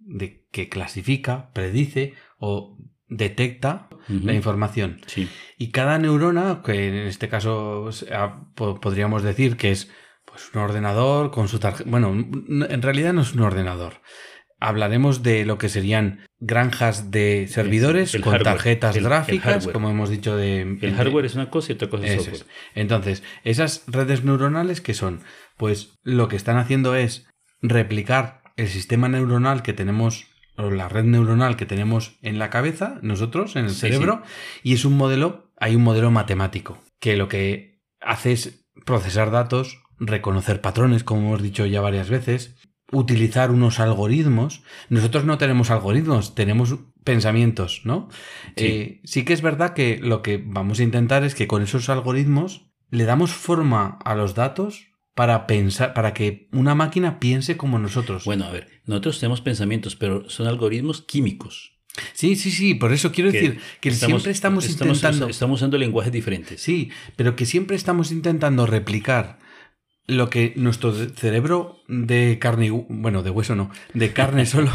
S3: que clasifica, predice o detecta uh-huh. la información.
S2: Sí.
S3: Y cada neurona, que en este caso podríamos decir que es pues, un ordenador con su tarjeta... Bueno, en realidad no es un ordenador. Hablaremos de lo que serían granjas de servidores el con hardware, tarjetas el, gráficas, el como hemos dicho. de
S2: El
S3: de,
S2: hardware es una cosa y otra cosa es software.
S3: Es. Entonces, esas redes neuronales, ¿qué son? Pues lo que están haciendo es replicar el sistema neuronal que tenemos, o la red neuronal que tenemos en la cabeza, nosotros, en el sí, cerebro, sí. y es un modelo, hay un modelo matemático, que lo que hace es procesar datos, reconocer patrones, como hemos dicho ya varias veces, utilizar unos algoritmos. Nosotros no tenemos algoritmos, tenemos pensamientos, ¿no? Sí. Eh, sí que es verdad que lo que vamos a intentar es que con esos algoritmos le damos forma a los datos para pensar, para que una máquina piense como nosotros.
S2: Bueno, a ver, nosotros tenemos pensamientos, pero son algoritmos químicos.
S3: Sí, sí, sí, por eso quiero que decir que estamos, siempre estamos,
S2: estamos
S3: intentando...
S2: Estamos usando lenguajes diferentes.
S3: Sí, pero que siempre estamos intentando replicar lo que nuestro cerebro de carne y... Bueno, de hueso no, de carne solo.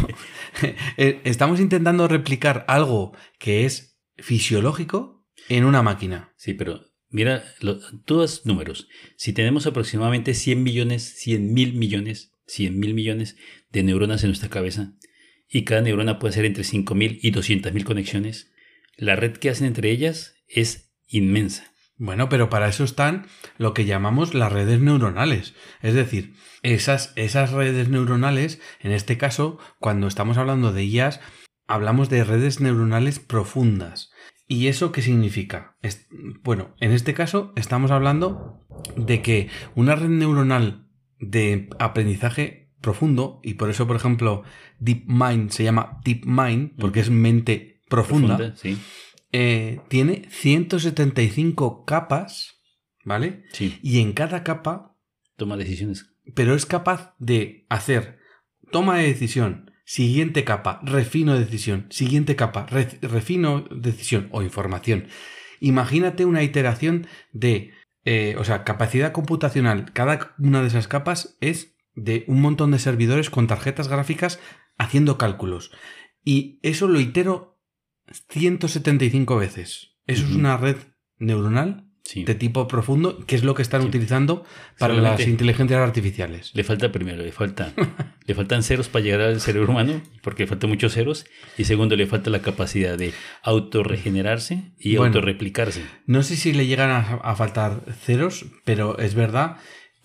S3: Estamos intentando replicar algo que es fisiológico en una máquina.
S2: Sí, pero mira, lo, todos números. Si tenemos aproximadamente cien millones, cien mil millones, cien mil millones de neuronas en nuestra cabeza, y cada neurona puede hacer entre cinco mil y doscientas mil conexiones, la red que hacen entre ellas es inmensa.
S3: Bueno, pero para eso están lo que llamamos las redes neuronales. Es decir, esas, esas redes neuronales, en este caso, cuando estamos hablando de I As, hablamos de redes neuronales profundas. ¿Y eso qué significa? Es, bueno, en este caso estamos hablando de que una red neuronal de aprendizaje profundo, y por eso, por ejemplo, DeepMind se llama DeepMind, porque es mente profunda,
S2: profunda sí.
S3: eh, tiene ciento setenta y cinco capas, ¿vale?
S2: Sí.
S3: Y en cada capa...
S2: Toma decisiones.
S3: Pero es capaz de hacer toma de decisión, siguiente capa, refino decisión, siguiente capa, re, refino decisión o información. Imagínate una iteración de... Eh, o sea, capacidad computacional. Cada una de esas capas es de un montón de servidores con tarjetas gráficas haciendo cálculos. Y eso lo itero ciento setenta y cinco veces. Eso uh-huh. es una red neuronal sí. de tipo profundo, que es lo que están sí. utilizando para Solamente las inteligencias artificiales.
S2: Le falta primero, le falta le faltan ceros para llegar al cerebro humano, porque le faltan muchos ceros. Y segundo, le falta la capacidad de autorregenerarse y bueno, autorreplicarse.
S3: No sé si le llegan a, a faltar ceros, pero es verdad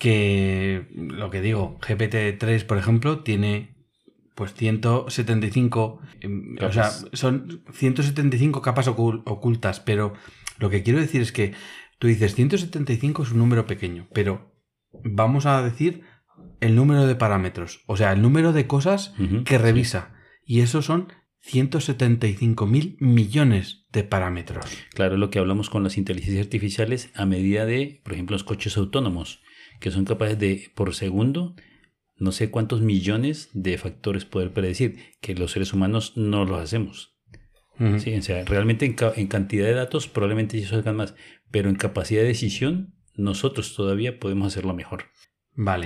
S3: que lo que digo, G P T tres, por ejemplo, tiene pues ciento setenta y cinco, capas. O sea, son ciento setenta y cinco capas ocul- ocultas, pero lo que quiero decir es que tú dices ciento setenta y cinco es un número pequeño, pero vamos a decir el número de parámetros, o sea, el número de cosas uh-huh, que revisa, sí. y esos son ciento setenta y cinco mil millones de parámetros.
S2: Claro, lo que hablamos con las inteligencias artificiales a medida de, por ejemplo, los coches autónomos, que son capaces de, por segundo, no sé cuántos millones de factores poder predecir, que los seres humanos no los hacemos. Uh-huh. Sí, o sea, realmente en, ca- en cantidad de datos probablemente ellos hagan más, pero en capacidad de decisión nosotros todavía podemos hacerlo mejor.
S3: Vale.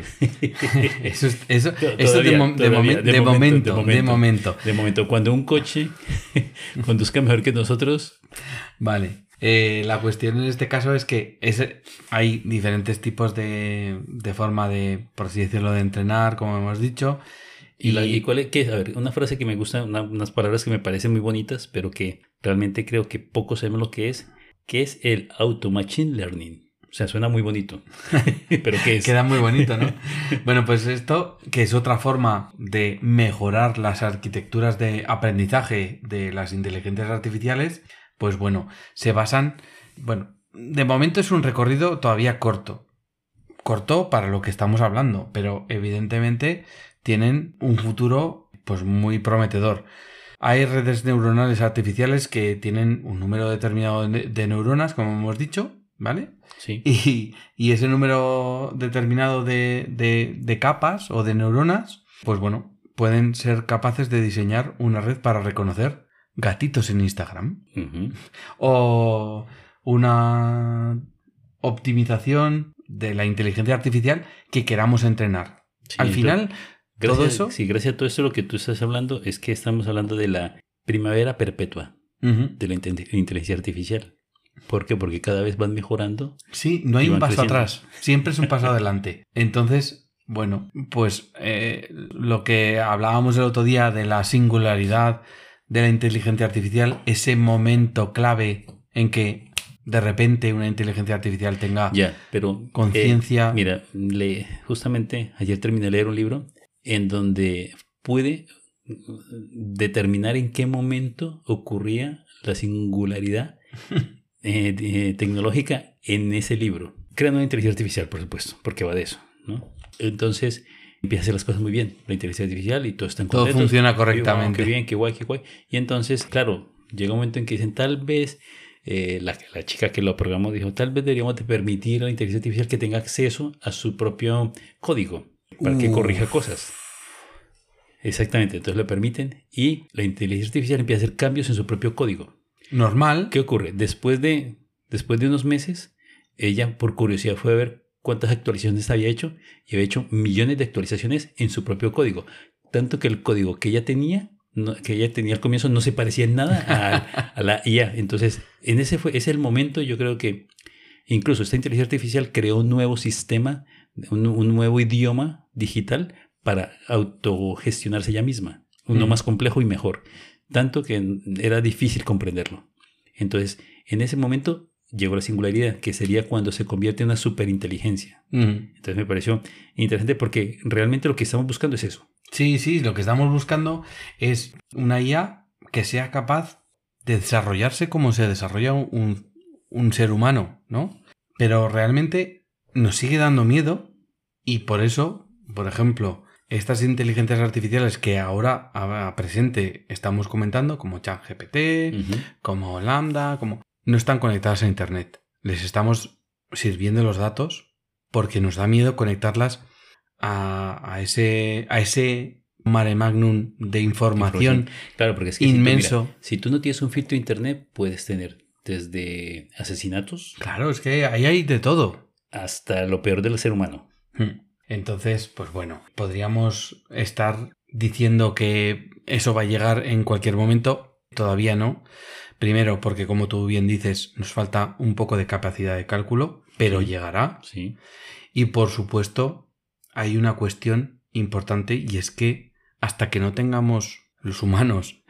S3: Eso es, eso, todavía, eso de, mo- de, momen- de, de, momento, de, momento, de momento.
S2: De momento, cuando un coche conduzca mejor que nosotros...
S3: Vale. Eh, la cuestión en este caso es que es, hay diferentes tipos de, de forma de, por así decirlo, de entrenar, como hemos dicho.
S2: ¿Y, y, la, ¿y cuál es? ¿Qué? A ver, una frase que me gusta, una, unas palabras que me parecen muy bonitas, pero que realmente creo que pocos sabemos lo que es, que es el Auto-Machine Learning. O sea, suena muy bonito. ¿Pero qué es?
S3: Queda muy bonito, ¿no? Bueno, pues esto, que es otra forma de mejorar las arquitecturas de aprendizaje de las inteligencias artificiales, pues bueno, se basan... Bueno, de momento es un recorrido todavía corto. Corto para lo que estamos hablando, pero evidentemente tienen un futuro pues muy prometedor. Hay redes neuronales artificiales que tienen un número determinado de, de neuronas, como hemos dicho, ¿vale?
S2: Sí.
S3: Y, y ese número determinado de, de, de capas o de neuronas, pues bueno, pueden ser capaces de diseñar una red para reconocer gatitos en Instagram.
S2: Uh-huh.
S3: O una optimización de la inteligencia artificial que queramos entrenar.
S2: Sí,
S3: Al final...
S2: Gracias,
S3: ¿Todo eso?
S2: Sí, gracias a todo esto lo que tú estás hablando es que estamos hablando de la primavera perpetua
S3: Uh-huh.
S2: de la inteligencia artificial. ¿Por qué? Porque cada vez van mejorando.
S3: Sí, no hay
S2: y
S3: un
S2: van
S3: paso
S2: creciendo.
S3: atrás, siempre es un paso adelante. Entonces, bueno, pues eh, lo que hablábamos el otro día de la singularidad de la inteligencia artificial, ese momento clave en que de repente una inteligencia artificial tenga
S2: Ya, pero
S3: conciencia.
S2: Eh, mira, le, justamente ayer terminé de leer un libro en donde pude determinar en qué momento ocurría la singularidad eh, de, tecnológica en ese libro. Creando una inteligencia artificial, por supuesto, porque va de eso, ¿no? Entonces empieza a hacer las cosas muy bien, la inteligencia artificial, y todo está en
S3: Todo funciona correctamente.
S2: Qué bien, qué guay, qué guay. Y entonces, claro, llega un momento en que dicen, tal vez eh, la, la chica que lo programó dijo, tal vez deberíamos de permitir a la inteligencia artificial que tenga acceso a su propio código para que
S3: Uf.
S2: corrija cosas. Exactamente, entonces lo permiten y la inteligencia artificial empieza a hacer cambios en su propio código.
S3: Normal.
S2: ¿Qué ocurre? Después de, después de unos meses, ella por curiosidad fue a ver cuántas actualizaciones había hecho y había hecho millones de actualizaciones en su propio código. Tanto que el código que ella tenía, no, que ella tenía al comienzo, no se parecía en nada a, a la I A. Entonces, en ese fue ese es el momento, yo creo que incluso esta inteligencia artificial creó un nuevo sistema, un, un nuevo idioma digital para autogestionarse ella misma. Uno mm. más complejo y mejor. Tanto que era difícil comprenderlo. Entonces, en ese momento llegó la singularidad, que sería cuando se convierte en una superinteligencia. Mm. Entonces me pareció interesante porque realmente lo que estamos buscando es eso.
S3: Sí, sí, lo que estamos buscando es una I A que sea capaz de desarrollarse como se desarrolla un, un ser humano, ¿no? Pero realmente nos sigue dando miedo y por eso, por ejemplo, estas inteligencias artificiales que ahora a presente estamos comentando, como ChatGPT, uh-huh. como Lambda, como no están conectadas a Internet. Les estamos sirviendo los datos porque nos da miedo conectarlas a, a ese a ese mare magnum de información,
S2: claro, porque es que
S3: inmenso.
S2: Si tú, mira, si tú no tienes un filtro de Internet, puedes tener desde asesinatos.
S3: Claro, es que ahí hay de todo.
S2: Hasta lo peor del ser humano.
S3: Hmm. Entonces, pues bueno, podríamos estar diciendo que eso va a llegar en cualquier momento. Todavía no. Primero, porque como tú bien dices, nos falta un poco de capacidad de cálculo, pero sí, llegará.
S2: Sí.
S3: Y por supuesto, hay una cuestión importante y es que hasta que no tengamos los humanos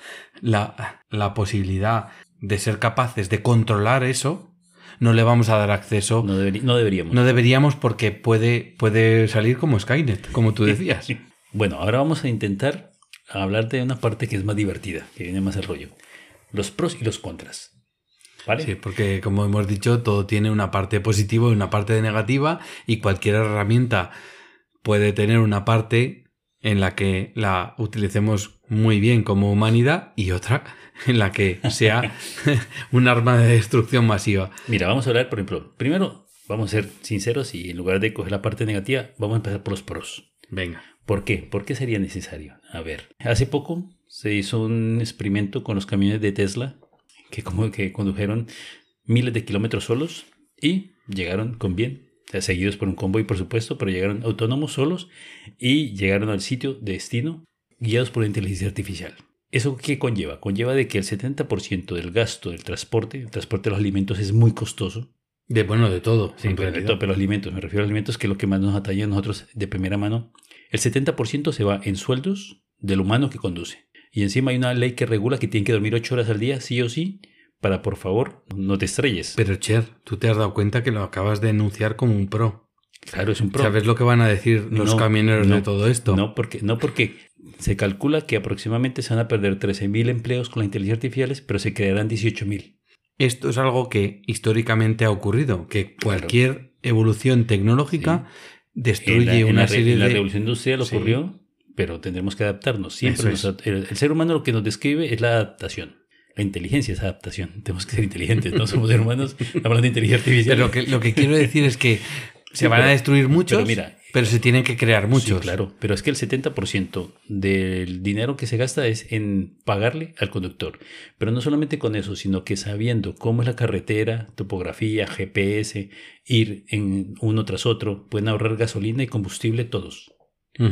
S3: la, la posibilidad de ser capaces de controlar eso, no le vamos a dar acceso.
S2: No, deberí- no deberíamos.
S3: No deberíamos porque puede, puede salir como Skynet, como tú decías.
S2: Bueno, ahora vamos a intentar hablar de una parte que es más divertida, que viene más al rollo. Los pros y los contras. ¿Vale?
S3: Sí, porque como hemos dicho, todo tiene una parte positiva y una parte negativa y cualquier herramienta puede tener una parte en la que la utilicemos muy bien como humanidad y otra en la que sea un arma de destrucción masiva.
S2: Mira, vamos a hablar, por ejemplo, primero vamos a ser sinceros y en lugar de coger la parte negativa, vamos a empezar por los pros.
S3: Venga.
S2: ¿Por qué? ¿Por qué sería necesario? A ver, hace poco se hizo un experimento con los camiones de Tesla que como que condujeron miles de kilómetros solos y llegaron con bien, o sea, seguidos por un convoy, por supuesto, pero llegaron autónomos solos y llegaron al sitio de destino guiados por la inteligencia artificial. ¿Eso qué conlleva? Conlleva de que el setenta por ciento del gasto del transporte, el transporte de los alimentos es muy costoso.
S3: De bueno, de todo.
S2: Sí, pero, de todo, pero los alimentos, me refiero a alimentos, que es lo que más nos atañe a nosotros de primera mano. El setenta por ciento se va en sueldos del humano que conduce. Y encima hay una ley que regula que tienen que dormir ocho horas al día, sí o sí, para, por favor, no te estrelles.
S3: Pero, Cher, tú te has dado cuenta que lo acabas de enunciar como un pro.
S2: Claro, es un pro.
S3: ¿Sabes lo que van a decir los
S2: no,
S3: camioneros
S2: no,
S3: de todo esto?
S2: No porque, no, porque se calcula que aproximadamente se van a perder trece mil empleos con la inteligencia artificial, pero se crearán dieciocho mil.
S3: Esto es algo que históricamente ha ocurrido, que cualquier claro. evolución tecnológica sí. destruye
S2: en la,
S3: una
S2: en la,
S3: serie
S2: en la
S3: de...
S2: La revolución industrial sí. ocurrió, pero tendremos que adaptarnos. Siempre nos,
S3: es.
S2: el, el ser humano lo que nos describe es la adaptación. La inteligencia es adaptación. Tenemos que ser inteligentes, no somos seres humanos hablando de inteligencia artificial.
S3: Pero lo que, lo que quiero decir es que se sí, van pero, a destruir muchos, pero, mira, pero se tienen que crear muchos.
S2: Sí, claro, pero es que el setenta por ciento del dinero que se gasta es en pagarle al conductor. Pero no solamente con eso, sino que sabiendo cómo es la carretera, topografía, G P S, ir en uno tras otro, pueden ahorrar gasolina y combustible todos. Uh-huh.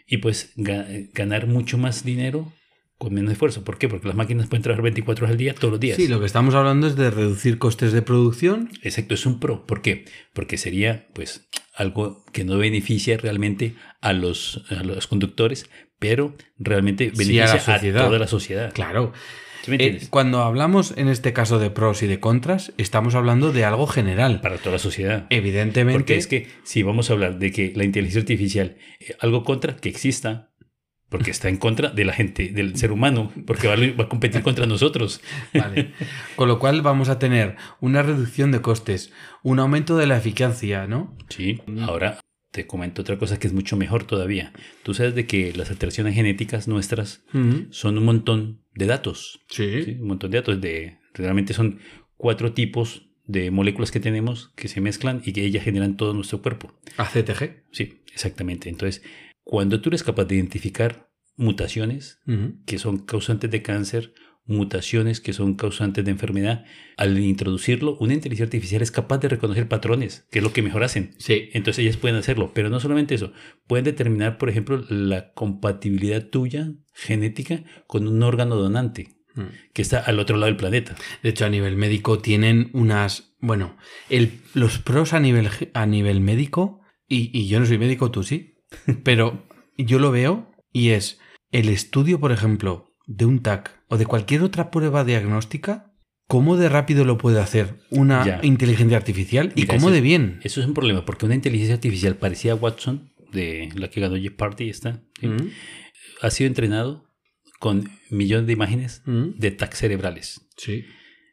S2: y pues ga- ganar mucho más dinero con menos esfuerzo. ¿Por qué? Porque las máquinas pueden trabajar veinticuatro horas al día, todos los días.
S3: Sí, lo que estamos hablando es de reducir costes de producción.
S2: Exacto, es un pro. ¿Por qué? Porque sería pues algo que no beneficia realmente a los, a los conductores, pero realmente
S3: Sí,
S2: beneficia
S3: a la
S2: a,
S3: sociedad.
S2: toda la sociedad.
S3: Claro.
S2: ¿Sí me
S3: Eh,
S2: entiendes?
S3: cuando hablamos en este caso de pros y de contras, estamos hablando de algo general.
S2: Para toda la sociedad.
S3: Evidentemente.
S2: Porque es que si vamos a hablar de que la inteligencia artificial, eh, algo contra, que exista, porque está en contra de la gente, del ser humano, porque va a, va a competir contra nosotros.
S3: Vale. Con lo cual vamos a tener una reducción de costes, un aumento de la eficacia, ¿no?
S2: Sí, ahora te comento otra cosa que es mucho mejor todavía. Tú sabes de que las alteraciones genéticas nuestras
S3: Mm.
S2: son un montón de datos.
S3: Sí.
S2: ¿Sí? Un montón de datos. De, realmente son cuatro tipos de moléculas que tenemos que se mezclan y que ellas generan todo nuestro cuerpo.
S3: A C T G.
S2: Sí, exactamente. Entonces, cuando tú eres capaz de identificar mutaciones
S3: Ujú.
S2: que son causantes de cáncer, mutaciones que son causantes de enfermedad, al introducirlo, una inteligencia artificial es capaz de reconocer patrones, que es lo que mejor hacen.
S3: Sí.
S2: Entonces ellas pueden hacerlo, pero no solamente eso, pueden determinar, por ejemplo, la compatibilidad tuya genética con un órgano donante
S3: Mm.
S2: que está al otro lado del planeta.
S3: De hecho, a nivel médico tienen unas... Bueno, el, los pros a nivel, ge- a nivel médico, y, y yo no soy médico, tú sí, pero yo lo veo y es el estudio, por ejemplo, de un T A C o de cualquier otra prueba diagnóstica, cómo de rápido lo puede hacer una
S2: Ya.
S3: inteligencia artificial y
S2: Mira,
S3: cómo
S2: eso-
S3: de bien.
S2: Eso es un problema, porque una inteligencia artificial parecida a Watson, de la que ganó Jeff Party, está, ¿sí?
S3: Mm.
S2: ha sido entrenado con millones de imágenes
S3: Mm.
S2: de T A C cerebrales.
S3: Sí.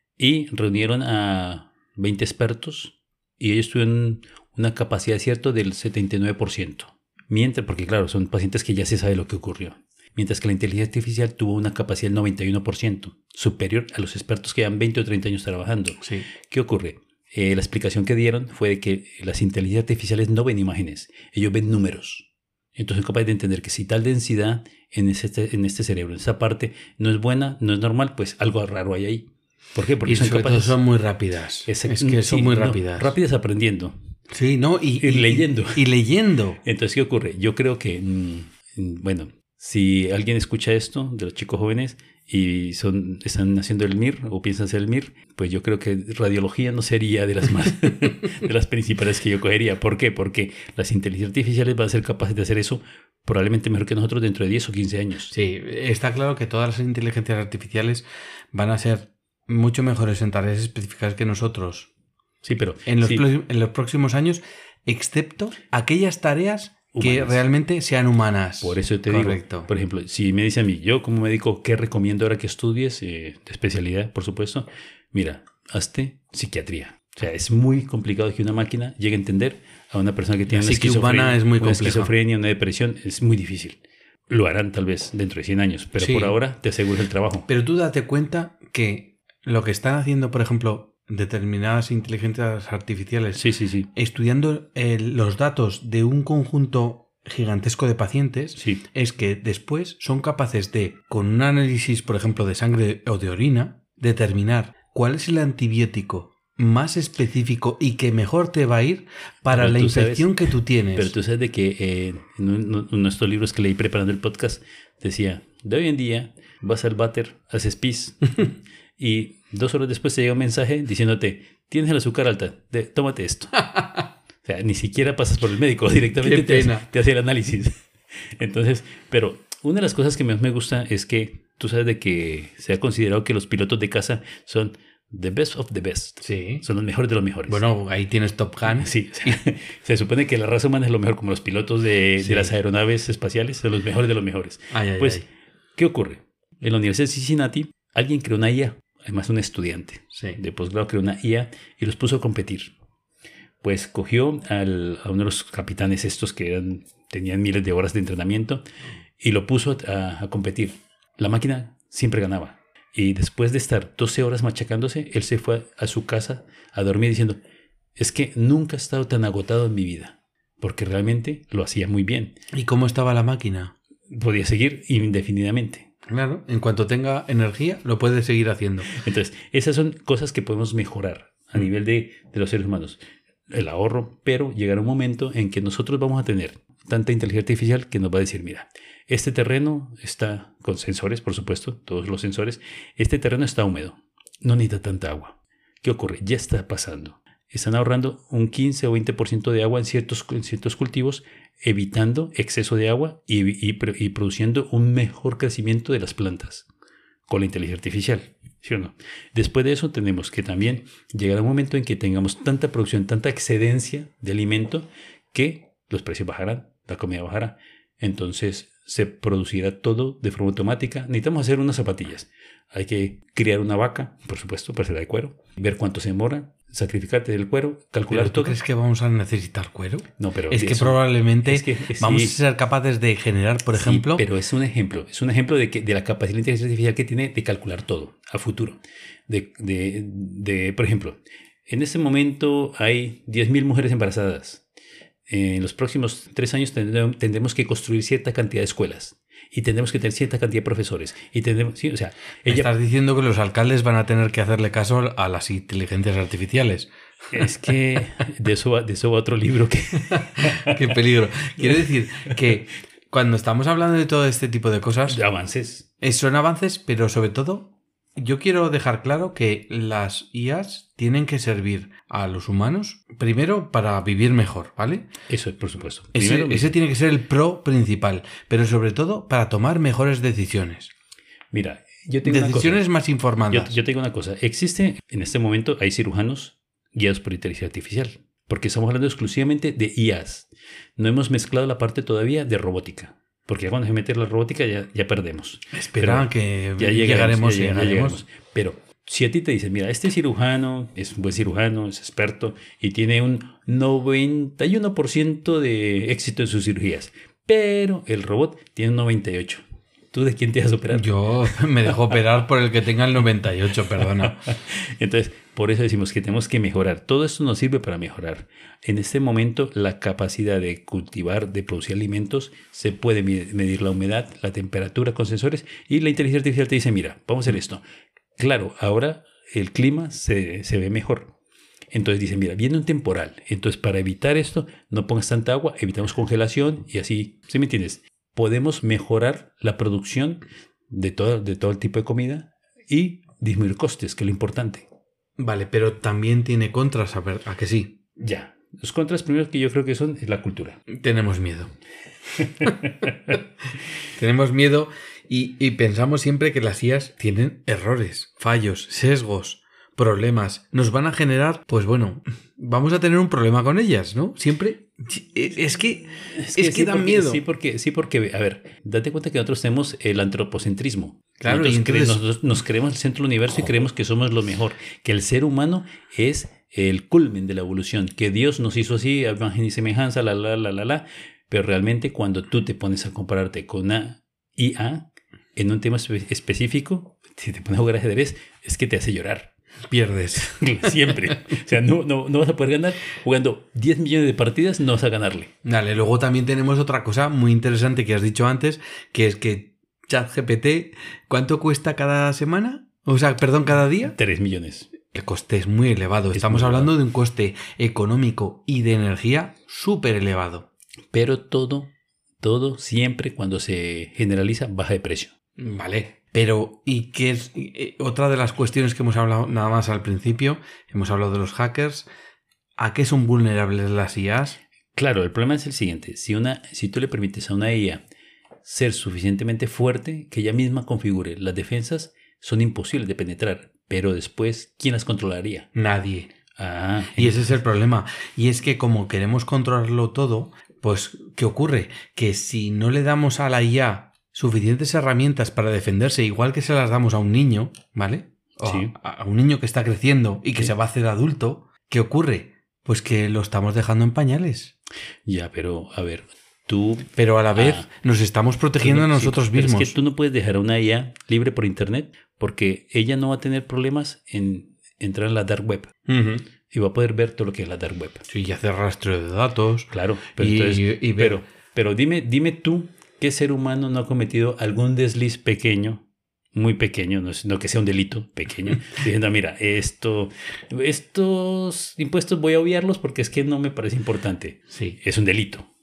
S2: Y reunieron a veinte expertos y ellos tuvieron una capacidad cierta del setenta y nueve por ciento. Mientras, porque claro, son pacientes que ya se sabe lo que ocurrió. Mientras que la inteligencia artificial tuvo una capacidad del noventa y uno por ciento, superior a los expertos que llevan veinte o treinta años trabajando.
S3: Sí.
S2: ¿Qué ocurre? Eh, la explicación que dieron fue de que las inteligencias artificiales no ven imágenes, ellos ven números. Entonces son capaces de entender que si tal densidad en este, en este cerebro, en esa parte, no es buena, no es normal, pues algo raro hay ahí. ¿Por qué? Porque
S3: Y
S2: son
S3: sobre todo
S2: capaces...
S3: son muy rápidas.
S2: Exact-
S3: Es que son
S2: sí,
S3: muy
S2: no,
S3: rápidas.
S2: rápidas aprendiendo.
S3: Sí, ¿no? Y,
S2: Y leyendo.
S3: Y, y leyendo.
S2: Entonces, ¿qué ocurre? Yo creo que, mm, bueno, si alguien escucha esto de los chicos jóvenes y son están haciendo el M I R o piensan hacer el M I R, pues yo creo que radiología no sería de las más de las principales que yo cogería. ¿Por qué? Porque las inteligencias artificiales van a ser capaces de hacer eso probablemente mejor que nosotros dentro de diez o quince años.
S3: Sí, está claro que todas las inteligencias artificiales van a ser mucho mejores en tareas específicas que nosotros
S2: Sí, pero
S3: en los,
S2: sí,
S3: plo- en los próximos años, excepto aquellas tareas que
S2: Humanas.
S3: realmente sean humanas.
S2: por eso te
S3: Correcto.
S2: digo, por ejemplo, si me dice a mí, yo como médico, ¿qué recomiendo ahora que estudies? Eh, de especialidad, por supuesto. Mira, hazte psiquiatría. O sea, es muy complicado que una máquina llegue a entender a una persona que tiene
S3: La
S2: una
S3: psique
S2: esquizofrenia,
S3: humana es muy
S2: una
S3: compleja.
S2: esquizofrenia, una depresión. Es muy difícil. Lo harán tal vez dentro de cien años, pero
S3: Sí.
S2: por ahora te aseguras el trabajo.
S3: Pero tú date cuenta que lo que están haciendo, por ejemplo, determinadas inteligencias artificiales,
S2: Sí, sí, sí.
S3: estudiando eh, los datos de un conjunto gigantesco de pacientes,
S2: Sí,
S3: es que después son capaces de, con un análisis, por ejemplo, de sangre o de orina, determinar cuál es el antibiótico más específico y que mejor te va a ir para
S2: Pero
S3: la
S2: tú
S3: infección
S2: sabes-
S3: que tú tienes.
S2: pero tú sabes de que eh, en uno uno de estos libros que leí preparando el podcast decía, de hoy en día vas al váter, haces pis y dos horas después te llega un mensaje diciéndote, tienes el azúcar alta, de- tómate esto. O sea, ni siquiera pasas por el médico, directamente
S3: Qué
S2: te hace,
S3: pena.
S2: te hace el análisis. Entonces, pero una de las cosas que más me gusta es que tú sabes de que se ha considerado que los pilotos de caza son the best of the best.
S3: Sí.
S2: Son los mejores de los mejores.
S3: Bueno, ahí tienes Top Gun.
S2: Sí, o sea, se supone que la raza humana es lo mejor, como los pilotos de,
S3: Sí.
S2: de las aeronaves espaciales, son los mejores de los mejores.
S3: Ay, ay,
S2: Pues,
S3: ay.
S2: ¿qué ocurre? En la Universidad de Cincinnati, alguien creó una I A, además un estudiante
S3: Sí.
S2: de posgrado creó una I A y los puso a competir. Pues cogió al- a uno de los capitanes estos que eran, tenían miles de horas de entrenamiento y lo puso a, a competir. La máquina siempre ganaba. Y después de estar doce horas machacándose, él se fue a, a su casa a dormir diciendo, es que nunca he estado tan agotado en mi vida, porque realmente lo hacía muy bien.
S3: ¿Y cómo estaba la máquina?
S2: Podía seguir indefinidamente.
S3: Claro, en cuanto tenga energía, lo puede seguir haciendo.
S2: Entonces, esas son cosas que podemos mejorar a nivel de, de los seres humanos. El ahorro, pero llegará un momento en que nosotros vamos a tener tanta inteligencia artificial que nos va a decir, mira, este terreno está con sensores, por supuesto, todos los sensores, este terreno está húmedo, no necesita tanta agua. ¿Qué ocurre? Ya está pasando. Están ahorrando un quince o veinte por ciento de agua en ciertos, en ciertos cultivos, evitando exceso de agua y, y, y produciendo un mejor crecimiento de las plantas con la inteligencia artificial. ¿Sí o no? Después de eso tenemos que también llegar a un momento en que tengamos tanta producción, tanta excedencia de alimento que los precios bajarán, la comida bajará. Entonces se producirá todo de forma automática. Necesitamos hacer unas zapatillas. Hay que criar una vaca, por supuesto, para hacerla de cuero, ver cuánto se demora, sacrificarte del cuero, calcular
S3: ¿Pero tú
S2: todo.
S3: crees que vamos a necesitar cuero?
S2: No, pero
S3: es que
S2: eso,
S3: probablemente
S2: es que, es,
S3: vamos
S2: sí,
S3: a ser capaces de generar, por
S2: sí,
S3: ejemplo...
S2: pero es un ejemplo. Es un ejemplo de, que, de la capacidad de inteligencia artificial que tiene de calcular todo a futuro. De, de, de, por ejemplo, en este momento hay diez mil mujeres embarazadas. En los próximos tres años tendremos, tendremos que construir cierta cantidad de escuelas. Y tendremos que tener cierta cantidad de profesores. Y tendremos, sí, o sea, ella,
S3: estás diciendo que los alcaldes van a tener que hacerle caso a las inteligencias artificiales.
S2: Es que de eso va, de eso va otro libro que...
S3: Qué peligro. Quiero decir que cuando estamos hablando de todo este tipo de cosas...
S2: De avances.
S3: Son avances, pero sobre todo yo quiero dejar claro que las I As tienen que servir a los humanos primero para vivir mejor, ¿vale?
S2: Eso, por supuesto.
S3: Ese,
S2: Primero,
S3: ese tiene que ser el pro principal, pero sobre todo para tomar mejores decisiones.
S2: Mira, yo tengo
S3: decisiones
S2: una cosa.
S3: más informadas.
S2: Yo, yo tengo una cosa. Existe, en este momento, hay cirujanos guiados por inteligencia artificial, porque estamos hablando exclusivamente de I As. No hemos mezclado la parte todavía de robótica. Porque cuando se mete la robótica ya, ya perdemos.
S3: Espera, Pero que
S2: ya
S3: llegaremos,
S2: ya,
S3: ya
S2: ya
S3: llegaremos.
S2: Pero si a ti te dicen, mira, este cirujano es un buen cirujano, es experto y tiene un noventa y uno por ciento de éxito en sus cirugías, pero el robot tiene un noventa y ocho por ciento. ¿Tú de quién te vas a operar?
S3: Yo me dejo operar por el que tenga el noventa y ocho, perdona.
S2: Entonces, por eso decimos que tenemos que mejorar. Todo esto nos sirve para mejorar. En este momento, la capacidad de cultivar, de producir alimentos, se puede medir la humedad, la temperatura con sensores y la inteligencia artificial te dice, mira, vamos a hacer esto. Claro, ahora el clima se, se ve mejor. Entonces dicen, mira, viene un temporal. Entonces, para evitar esto, no pongas tanta agua, evitamos congelación y así, ¿sí me entiendes? Podemos mejorar la producción de todo, de todo el tipo de comida y disminuir costes, que es lo importante.
S3: Vale, pero también tiene contras, a ver, ¿a que sí?
S2: Ya. Los contras primeros que yo creo que son es la cultura.
S3: Tenemos miedo. Tenemos miedo y, y pensamos siempre que las I As tienen errores, fallos, sesgos, problemas. Nos van a generar, pues bueno, vamos a tener un problema con ellas, ¿no? Siempre... Es que, es que, es que
S2: sí,
S3: dan
S2: porque,
S3: miedo.
S2: Sí porque, sí, porque, a ver, date cuenta que nosotros tenemos el antropocentrismo.
S3: Claro,
S2: nosotros
S3: y entonces...
S2: cre nosotros nos creemos el centro del universo y creemos que somos lo mejor, que el ser humano es el culmen de la evolución, que Dios nos hizo así, a imagen y semejanza, la, la, la, la, la. Pero realmente cuando tú te pones a compararte con una I A en un tema espe específico, si te pones a jugar ajedrez, es que te hace llorar.
S3: Pierdes.
S2: Siempre. O sea, no, no, no vas a poder ganar. Jugando diez millones de partidas, no vas a ganarle.
S3: Dale, luego también tenemos otra cosa muy interesante que has dicho antes, que es que ChatGPT, ¿cuánto cuesta cada semana? O sea, perdón, cada día.
S2: Tres millones.
S3: El coste es muy elevado.
S2: Es
S3: Estamos
S2: muy
S3: hablando
S2: elevado.
S3: de un coste económico y de energía súper elevado.
S2: Pero todo, todo siempre cuando se generaliza baja de precio.
S3: Vale. Pero, ¿y qué es? Eh, otra de las cuestiones que hemos hablado nada más al principio, hemos hablado de los hackers. ¿A qué son vulnerables las I As?
S2: Claro, el problema es el siguiente. Si, una, si tú le permites a una I A ser suficientemente fuerte, que ella misma configure las defensas, son imposibles de penetrar. Pero después, ¿quién las controlaría?
S3: Nadie.
S2: Ah,
S3: y ese es el problema. Y es que como queremos controlarlo todo, pues, ¿qué ocurre? Que si no le damos a la I A suficientes herramientas para defenderse, igual que se las damos a un niño, ¿vale? O
S2: sí.
S3: a, a un niño que está creciendo y que
S2: sí.
S3: se va a hacer adulto, ¿qué ocurre? Pues que lo estamos dejando en pañales.
S2: Ya, pero a ver, tú...
S3: Pero a la vez
S2: ah,
S3: nos estamos protegiendo
S2: no,
S3: a nosotros
S2: sí,
S3: mismos.
S2: Pero es que tú no puedes dejar a una I A libre por internet porque ella no va a tener problemas en entrar en la dark web.
S3: Uh-huh.
S2: Y va a poder ver todo lo que es la dark web.
S3: Sí, y hacer rastreo de datos.
S2: Claro, pero,
S3: y,
S2: entonces,
S3: y, y ver...
S2: pero, pero dime, dime tú qué ser humano no ha cometido algún desliz pequeño, muy pequeño, no, no que sea un delito pequeño, diciendo, mira, esto, estos impuestos voy a obviarlos porque es que no me parece importante.
S3: Sí.
S2: Es un delito.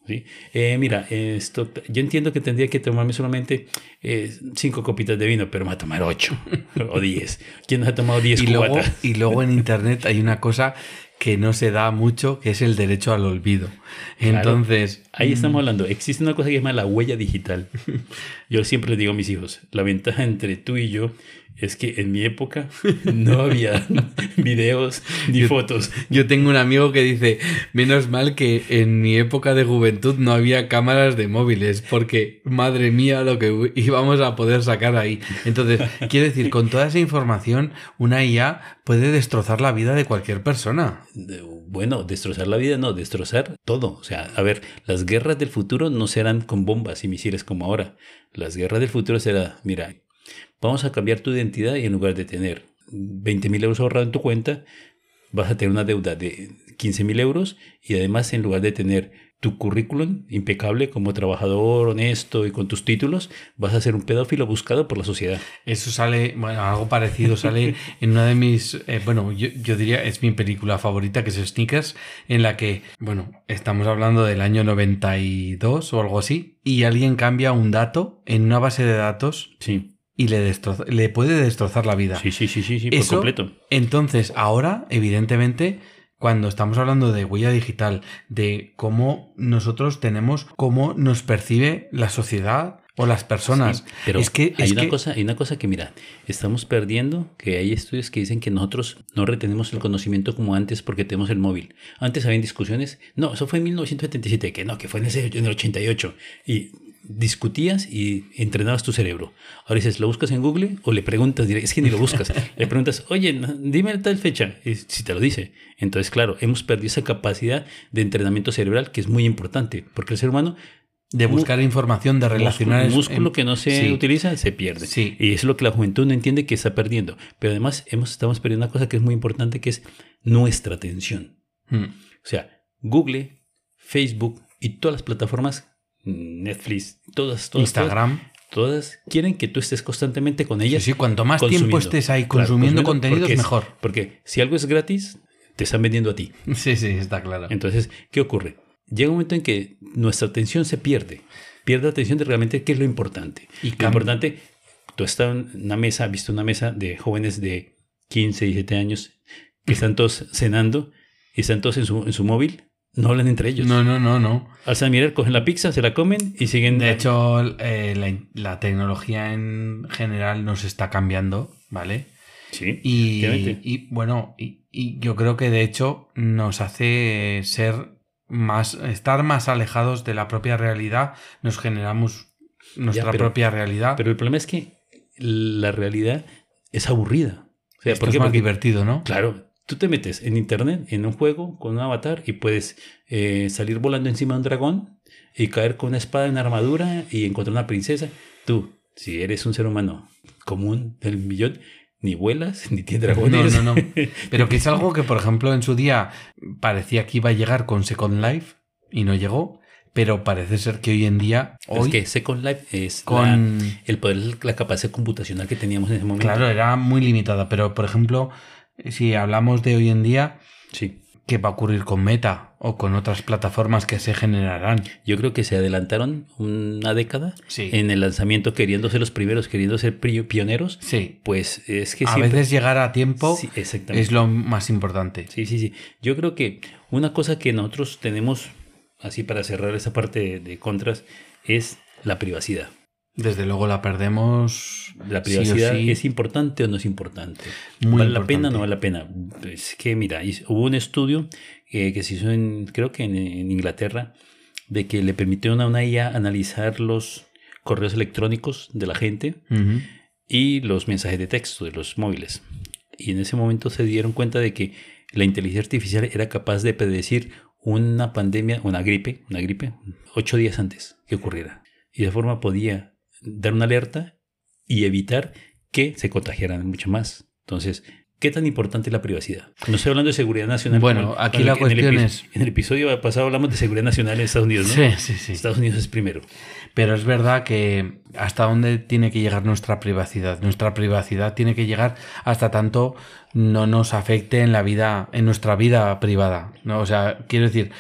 S2: ¿sí? Eh, mira, esto, yo entiendo que tendría que tomarme solamente eh, cinco copitas de vino, pero me va a tomar ocho o diez. ¿Quién nos ha tomado diez
S3: y luego,
S2: cubatas?
S3: y luego en internet hay una cosa que no se da mucho, que es el derecho al olvido.
S2: Claro,
S3: Entonces...
S2: ahí estamos hablando. Existe una cosa que se llama la huella digital. Yo siempre les digo a mis hijos, la ventaja entre tú y yo es que en mi época no había videos ni
S3: yo,
S2: fotos.
S3: Yo tengo un amigo que dice, menos mal que en mi época de juventud no había cámaras de móviles, porque madre mía lo que íbamos a poder sacar ahí. Entonces, quiero decir, con toda esa información, una I A puede destrozar la vida de cualquier persona.
S2: Bueno, destrozar la vida, no, destrozar todo. O sea, a ver, las guerras del futuro no serán con bombas y misiles como ahora. Las guerras del futuro serán, mira, vamos a cambiar tu identidad y en lugar de tener veinte mil euros ahorrados en tu cuenta, vas a tener una deuda de quince mil euros y además en lugar de tener tu currículum impecable como trabajador, honesto y con tus títulos, vas a ser un pedófilo buscado por la sociedad.
S3: Eso sale, bueno, algo parecido sale en una de mis, eh, bueno, yo, yo diría es mi película favorita, que es Sneakers, en la que, bueno, estamos hablando del año noventa y dos o algo así, y alguien cambia un dato en una base de datos.
S2: Sí.
S3: Y le, destroza, le puede destrozar la vida.
S2: Sí, sí, sí, sí, sí,
S3: Eso,
S2: por completo.
S3: Entonces, ahora, evidentemente, cuando estamos hablando de huella digital, de cómo nosotros tenemos, cómo nos percibe la sociedad o las personas.
S2: Sí, pero
S3: es que,
S2: hay,
S3: es
S2: una
S3: que...
S2: cosa, hay una cosa que, mira, estamos perdiendo, que hay estudios que dicen que nosotros no retenemos el conocimiento como antes porque tenemos el móvil. Antes habían discusiones, no, eso fue en mil novecientos setenta y siete, que no, que fue en, ese, en el ochenta y ocho. Y discutías y entrenabas tu cerebro. Ahora dices, ¿lo buscas en Google o le preguntas? Es que ni lo buscas. Le preguntas, oye, dime tal fecha. Y si te lo dice. Entonces, claro, hemos perdido esa capacidad de entrenamiento cerebral que es muy importante porque el ser humano...
S3: De buscar mu- información, de relacionar...
S2: Un músculo
S3: en...
S2: que no se
S3: sí.
S2: utiliza, se pierde.
S3: Sí.
S2: Y eso es lo que la juventud no entiende que está perdiendo. Pero además hemos, estamos perdiendo una cosa que es muy importante, que es nuestra atención.
S3: Hmm.
S2: O sea, Google, Facebook y todas las plataformas, Netflix, todas, todas,
S3: Instagram,
S2: todas, todas quieren que tú estés constantemente con ellas.
S3: Sí, sí, cuanto más tiempo estés ahí consumiendo claro, contenidos,
S2: porque
S3: mejor.
S2: Es, porque si algo es gratis, te están vendiendo a ti.
S3: Sí, sí, está claro.
S2: Entonces, ¿qué ocurre? Llega un momento en que nuestra atención se pierde. Pierde la atención de realmente qué es lo importante. Y lo importante, tú estás en una mesa, has visto una mesa de jóvenes de quince, diecisiete años que están todos cenando y están todos en su, en su móvil. No hablan entre ellos.
S3: No, no, no, no.
S2: Alzan a mirar, cogen la pizza, se la comen y siguen...
S3: De hecho, eh, la, la tecnología en general nos está cambiando, ¿vale?
S2: Sí,
S3: y, y bueno, y, y yo creo que de hecho nos hace ser más, estar más alejados de la propia realidad. Nos generamos nuestra ya, pero, propia realidad.
S2: Pero el problema es que la realidad es aburrida. O sea,
S3: Esto es más
S2: porque,
S3: divertido, ¿no?
S2: Claro. Tú te metes en internet, en un juego, con un avatar y puedes eh, salir volando encima de un dragón y caer con una espada en armadura y encontrar una princesa. Tú, si eres un ser humano común del millón, ni vuelas, ni tienes dragones.
S3: No, no, no. Pero que es algo que, por ejemplo, en su día parecía que iba a llegar con Second Life y no llegó. Pero parece ser que hoy en día... Hoy,
S2: es que Second Life es
S3: con...
S2: la, el poder, la capacidad computacional que teníamos en ese momento.
S3: Claro, era muy limitada. Pero, por ejemplo... Si hablamos de hoy en día,
S2: sí.
S3: ¿qué va a ocurrir con Meta o con otras plataformas que se generarán?
S2: Yo creo que se adelantaron una década
S3: sí.
S2: en el lanzamiento, queriendo ser los primeros, queriendo ser pioneros.
S3: Sí.
S2: Pues es que
S3: a
S2: siempre...
S3: veces llegar a tiempo
S2: sí, exactamente.
S3: es lo más importante.
S2: Sí, sí, sí. Yo creo que una cosa que nosotros tenemos, así para cerrar esa parte de, de contras, es la privacidad.
S3: Desde luego la perdemos.
S2: La privacidad
S3: sí o sí.
S2: ¿Es importante o no es importante?
S3: Muy
S2: ¿Vale
S3: importante.
S2: la pena o no vale la pena? Es que mira, hubo un estudio eh, que se hizo en, creo que en, en Inglaterra, de que le permitió a una I A analizar los correos electrónicos de la gente
S3: uh-huh.
S2: y los mensajes de texto de los móviles. Y en ese momento se dieron cuenta de que la inteligencia artificial era capaz de predecir una pandemia, una gripe, una gripe, ocho días antes que ocurriera. Y de forma podía dar una alerta y evitar que se contagiaran mucho más. Entonces, ¿qué tan importante es la privacidad? No estoy hablando de seguridad nacional.
S3: Bueno,
S2: como,
S3: aquí la cuestión es...
S2: En el episodio pasado hablamos de seguridad nacional en Estados Unidos, ¿no?
S3: Sí, sí, sí.
S2: Estados Unidos es primero.
S3: Pero es verdad que hasta dónde tiene que llegar nuestra privacidad. Nuestra privacidad tiene que llegar hasta tanto no nos afecte en la vida, en nuestra vida privada, ¿no? O sea, quiero decir...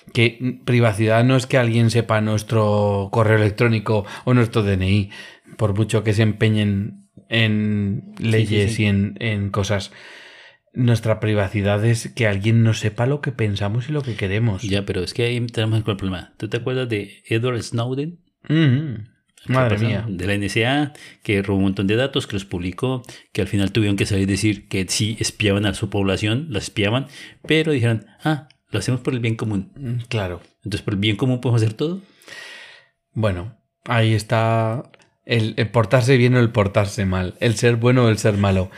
S3: Que privacidad no es que alguien sepa nuestro correo electrónico o nuestro D N I, por mucho que se empeñen en leyes sí, sí, sí. y en, en cosas. Nuestra privacidad es que alguien no sepa lo que pensamos y lo que queremos.
S2: Ya, pero es que ahí tenemos el problema. ¿Tú te acuerdas de Edward Snowden?
S3: Mm-hmm. Madre mía.
S2: De la N S A, que robó un montón de datos, que los publicó, que al final tuvieron que salir a decir que sí espiaban a su población, la espiaban, pero dijeron, ah, lo hacemos por el bien común.
S3: Claro.
S2: Entonces, ¿por el bien común podemos hacer todo?
S3: Bueno, ahí está el, el portarse bien o el portarse mal, el ser bueno o el ser malo,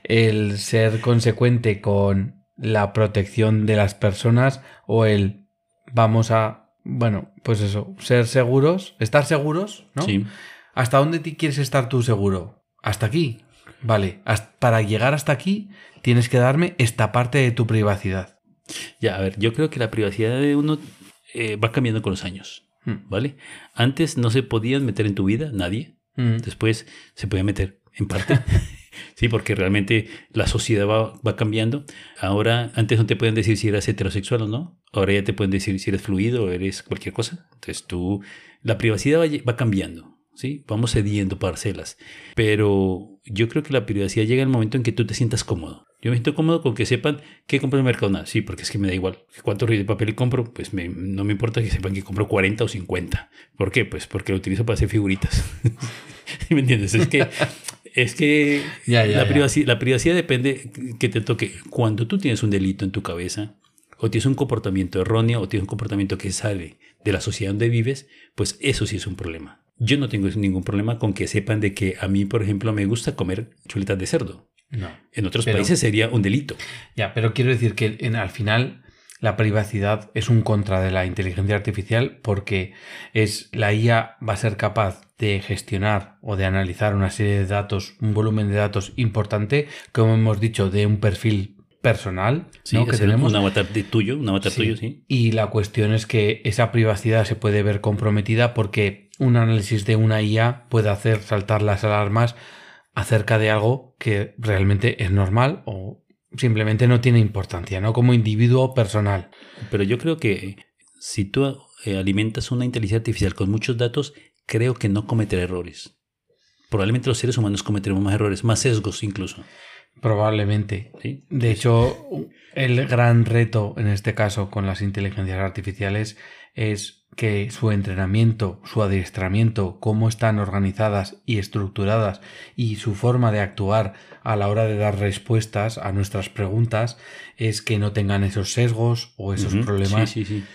S3: el ser consecuente con la protección de las personas o el vamos a... Bueno, pues eso, ser seguros, estar seguros, ¿no?
S2: Sí.
S3: ¿Hasta dónde te quieres estar tú seguro? ¿Hasta aquí? Vale, hasta, para llegar hasta aquí tienes que darme esta parte de tu privacidad.
S2: Ya, a ver, yo creo que la privacidad de uno eh, va cambiando con los años, mm. ¿vale? Antes no se podían meter en tu vida nadie, mm. después se podía meter en parte. Sí, porque realmente la sociedad va, va cambiando. Ahora, antes no te pueden decir si eras heterosexual o no. Ahora ya te pueden decir si eres fluido o eres cualquier cosa. Entonces tú, la privacidad va, va cambiando, ¿sí? Vamos cediendo parcelas. Pero yo creo que la privacidad llega el momento en que tú te sientas cómodo. Yo me siento cómodo con que sepan que compro en el Mercadona. Sí, porque es que me da igual. ¿Cuánto rollo de papel compro? Pues me, no me importa que sepan que compro cuarenta o cincuenta. ¿Por qué? Pues porque lo utilizo para hacer figuritas. ¿Me entiendes? Es que... Es que
S3: ya, ya,
S2: la,
S3: ya.
S2: Privacidad, la privacidad depende que te toque. Cuando tú tienes un delito en tu cabeza, o tienes un comportamiento erróneo, o tienes un comportamiento que sale de la sociedad donde vives, pues eso sí es un problema. Yo no tengo ningún problema con que sepan de que a mí, por ejemplo, me gusta comer chuletas de cerdo.
S3: No.
S2: En otros
S3: pero,
S2: países sería un delito.
S3: Ya, pero quiero decir que en, al final la privacidad es un contra de la inteligencia artificial porque es la I A va a ser capaz de gestionar o de analizar una serie de datos, un volumen de datos importante, como hemos dicho, de un perfil personal,
S2: sí,
S3: ¿no? que tenemos.
S2: Un avatar de tuyo, un avatar
S3: sí.
S2: tuyo, sí.
S3: Y la cuestión es que esa privacidad se puede ver comprometida porque un análisis de una I A puede hacer saltar las alarmas acerca de algo que realmente es normal o simplemente no tiene importancia, ¿no? Como individuo personal.
S2: Pero yo creo que si tú eh, alimentas una inteligencia artificial con muchos datos, creo que no cometerá errores. Probablemente los seres humanos cometeremos más errores, más sesgos incluso.
S3: Probablemente.
S2: ¿Sí?
S3: De hecho, el gran reto en este caso con las inteligencias artificiales es que su entrenamiento, su adiestramiento, cómo están organizadas y estructuradas y su forma de actuar a la hora de dar respuestas a nuestras preguntas es que no tengan esos sesgos o esos uh-huh. problemas.
S2: Sí, sí, sí.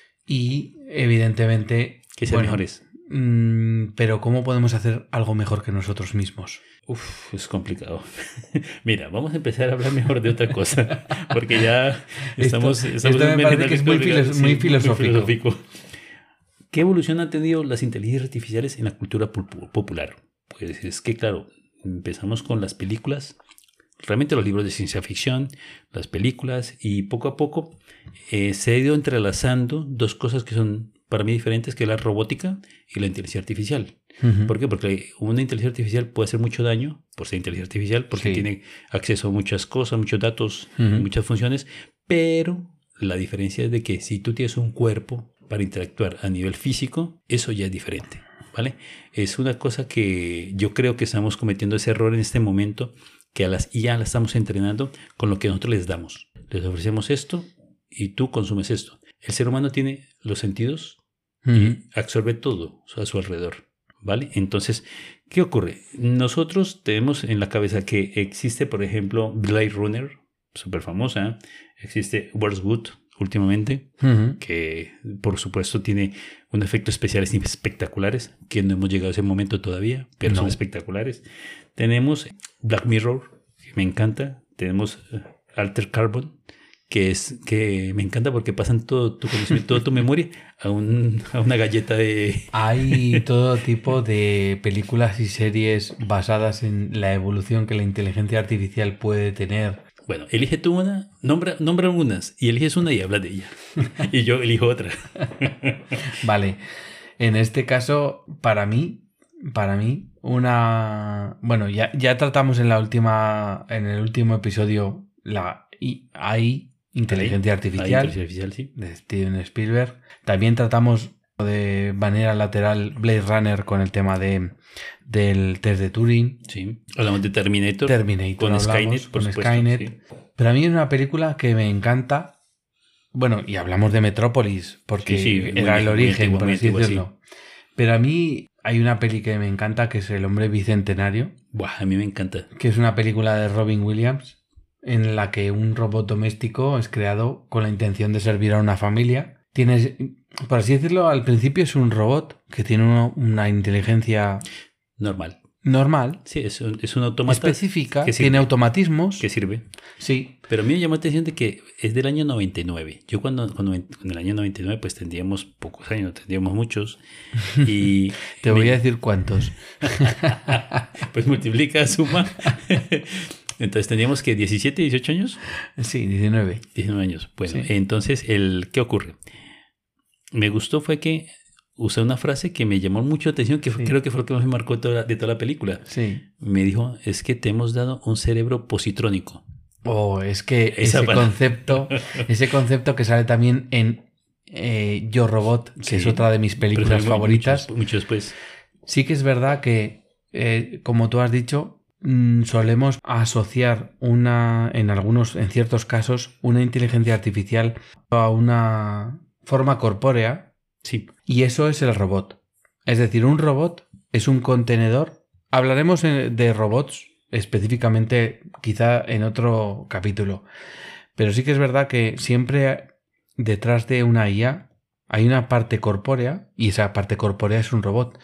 S3: Y evidentemente...
S2: Que sean bueno, mejores.
S3: Mmm, pero ¿cómo podemos hacer algo mejor que nosotros mismos?
S2: Uf, es complicado. Mira, vamos a empezar a hablar mejor de otra cosa, porque ya estamos...
S3: Esto,
S2: estamos
S3: esto me parece que es muy, filos- sí, muy, filosófico. muy filosófico.
S2: ¿Qué evolución han tenido las inteligencias artificiales en la cultura popular? Pues es que, claro, empezamos con las películas, realmente los libros de ciencia ficción, las películas, y poco a poco eh, se ha ido entrelazando dos cosas que son para mí diferentes, que es la robótica y la inteligencia artificial. Uh-huh. ¿Por qué? Porque una inteligencia artificial puede hacer mucho daño por ser inteligencia artificial, porque sí. tiene acceso a muchas cosas, muchos datos, uh-huh. muchas funciones, pero la diferencia es de que si tú tienes un cuerpo para interactuar a nivel físico, eso ya es diferente, ¿vale? Es una cosa que yo creo que estamos cometiendo ese error en este momento, que a las I A las estamos entrenando con lo que nosotros les damos. Les ofrecemos esto y tú consumes esto. El ser humano tiene los sentidos uh-huh. y absorbe todo a su alrededor, ¿vale? Entonces, ¿qué ocurre? Nosotros tenemos en la cabeza que existe, por ejemplo, Blade Runner, súper famosa, existe Westworld últimamente, uh-huh. que por supuesto tiene un efecto especiales espectaculares, que no hemos llegado a ese momento todavía, pero no. son espectaculares. Tenemos Black Mirror, que me encanta. Tenemos Altered Carbon, que es que me encanta porque pasan todo tu conocimiento, toda tu memoria a, un, a una galleta de...
S3: Hay todo tipo de películas y series basadas en la evolución que la inteligencia artificial puede tener.
S2: Bueno, elige tú una, nombra, nombra algunas y eliges una y hablas de ella. Y yo elijo otra.
S3: Vale. En este caso, para mí, para mí, una... Bueno, ya, ya tratamos en la última, en el último episodio la I A, Inteligencia
S2: Ahí,
S3: Artificial,
S2: ahí, inteligencia artificial, sí.
S3: de Steven Spielberg. También tratamos de manera lateral Blade Runner con el tema de, del test de Turing.
S2: Sí. Hablamos de Terminator.
S3: Terminator
S2: Con
S3: hablamos,
S2: Skynet, por
S3: con
S2: supuesto.
S3: Skynet.
S2: Sí.
S3: Pero a mí es una película que me encanta. Bueno, y hablamos de Metrópolis, porque
S2: Sí, sí,
S3: era
S2: muy-
S3: el
S2: muy
S3: origen,
S2: antiguo,
S3: por
S2: muy
S3: así
S2: antiguo, sí.
S3: decirlo. Pero a mí hay una peli que me encanta, que es El hombre bicentenario,
S2: Buah, a mí me encanta.
S3: que es una película de Robin Williams, en la que un robot doméstico es creado con la intención de servir a una familia. Tienes, por así decirlo, al principio es un robot que tiene uno- una inteligencia
S2: Normal.
S3: normal,
S2: Sí, es un, es un automata
S3: específica,
S2: que sirve.
S3: tiene automatismos.
S2: que sirve.
S3: Sí,
S2: Pero a mí me llamó la atención de que es del año noventa y nueve. Yo cuando, cuando en el año noventa y nueve pues tendríamos pocos años, tendríamos muchos. Y
S3: te voy
S2: me-
S3: a decir cuántos.
S2: pues multiplica, suma. Entonces tendríamos que diecisiete, dieciocho años.
S3: Sí, diecinueve.
S2: diecinueve años. Bueno,
S3: Sí.
S2: entonces, el, ¿qué ocurre? Me gustó fue que usé una frase que me llamó mucho la atención, que fue-
S3: Sí.
S2: creo que fue lo que más me marcó toda la- de toda la película.
S3: Sí.
S2: Me dijo, es que te hemos dado un cerebro positrónico.
S3: Oh, es que
S2: Esa
S3: ese
S2: palabra.
S3: concepto, ese concepto que sale también en eh, Yo Robot, que
S2: Sí,
S3: es otra de mis
S2: Pero
S3: películas
S2: fue
S3: favoritas.
S2: Mucho, mucho después.
S3: Sí que es verdad que, eh, como tú has dicho, mm, solemos asociar una, en algunos, en ciertos casos, una inteligencia artificial a una forma corpórea,
S2: Sí.
S3: y eso es el robot. Es decir, un robot es un contenedor. Hablaremos eh, de robots específicamente quizá en otro capítulo. Pero sí que es verdad que siempre detrás de una I A hay una parte corpórea y esa parte corpórea es un robot.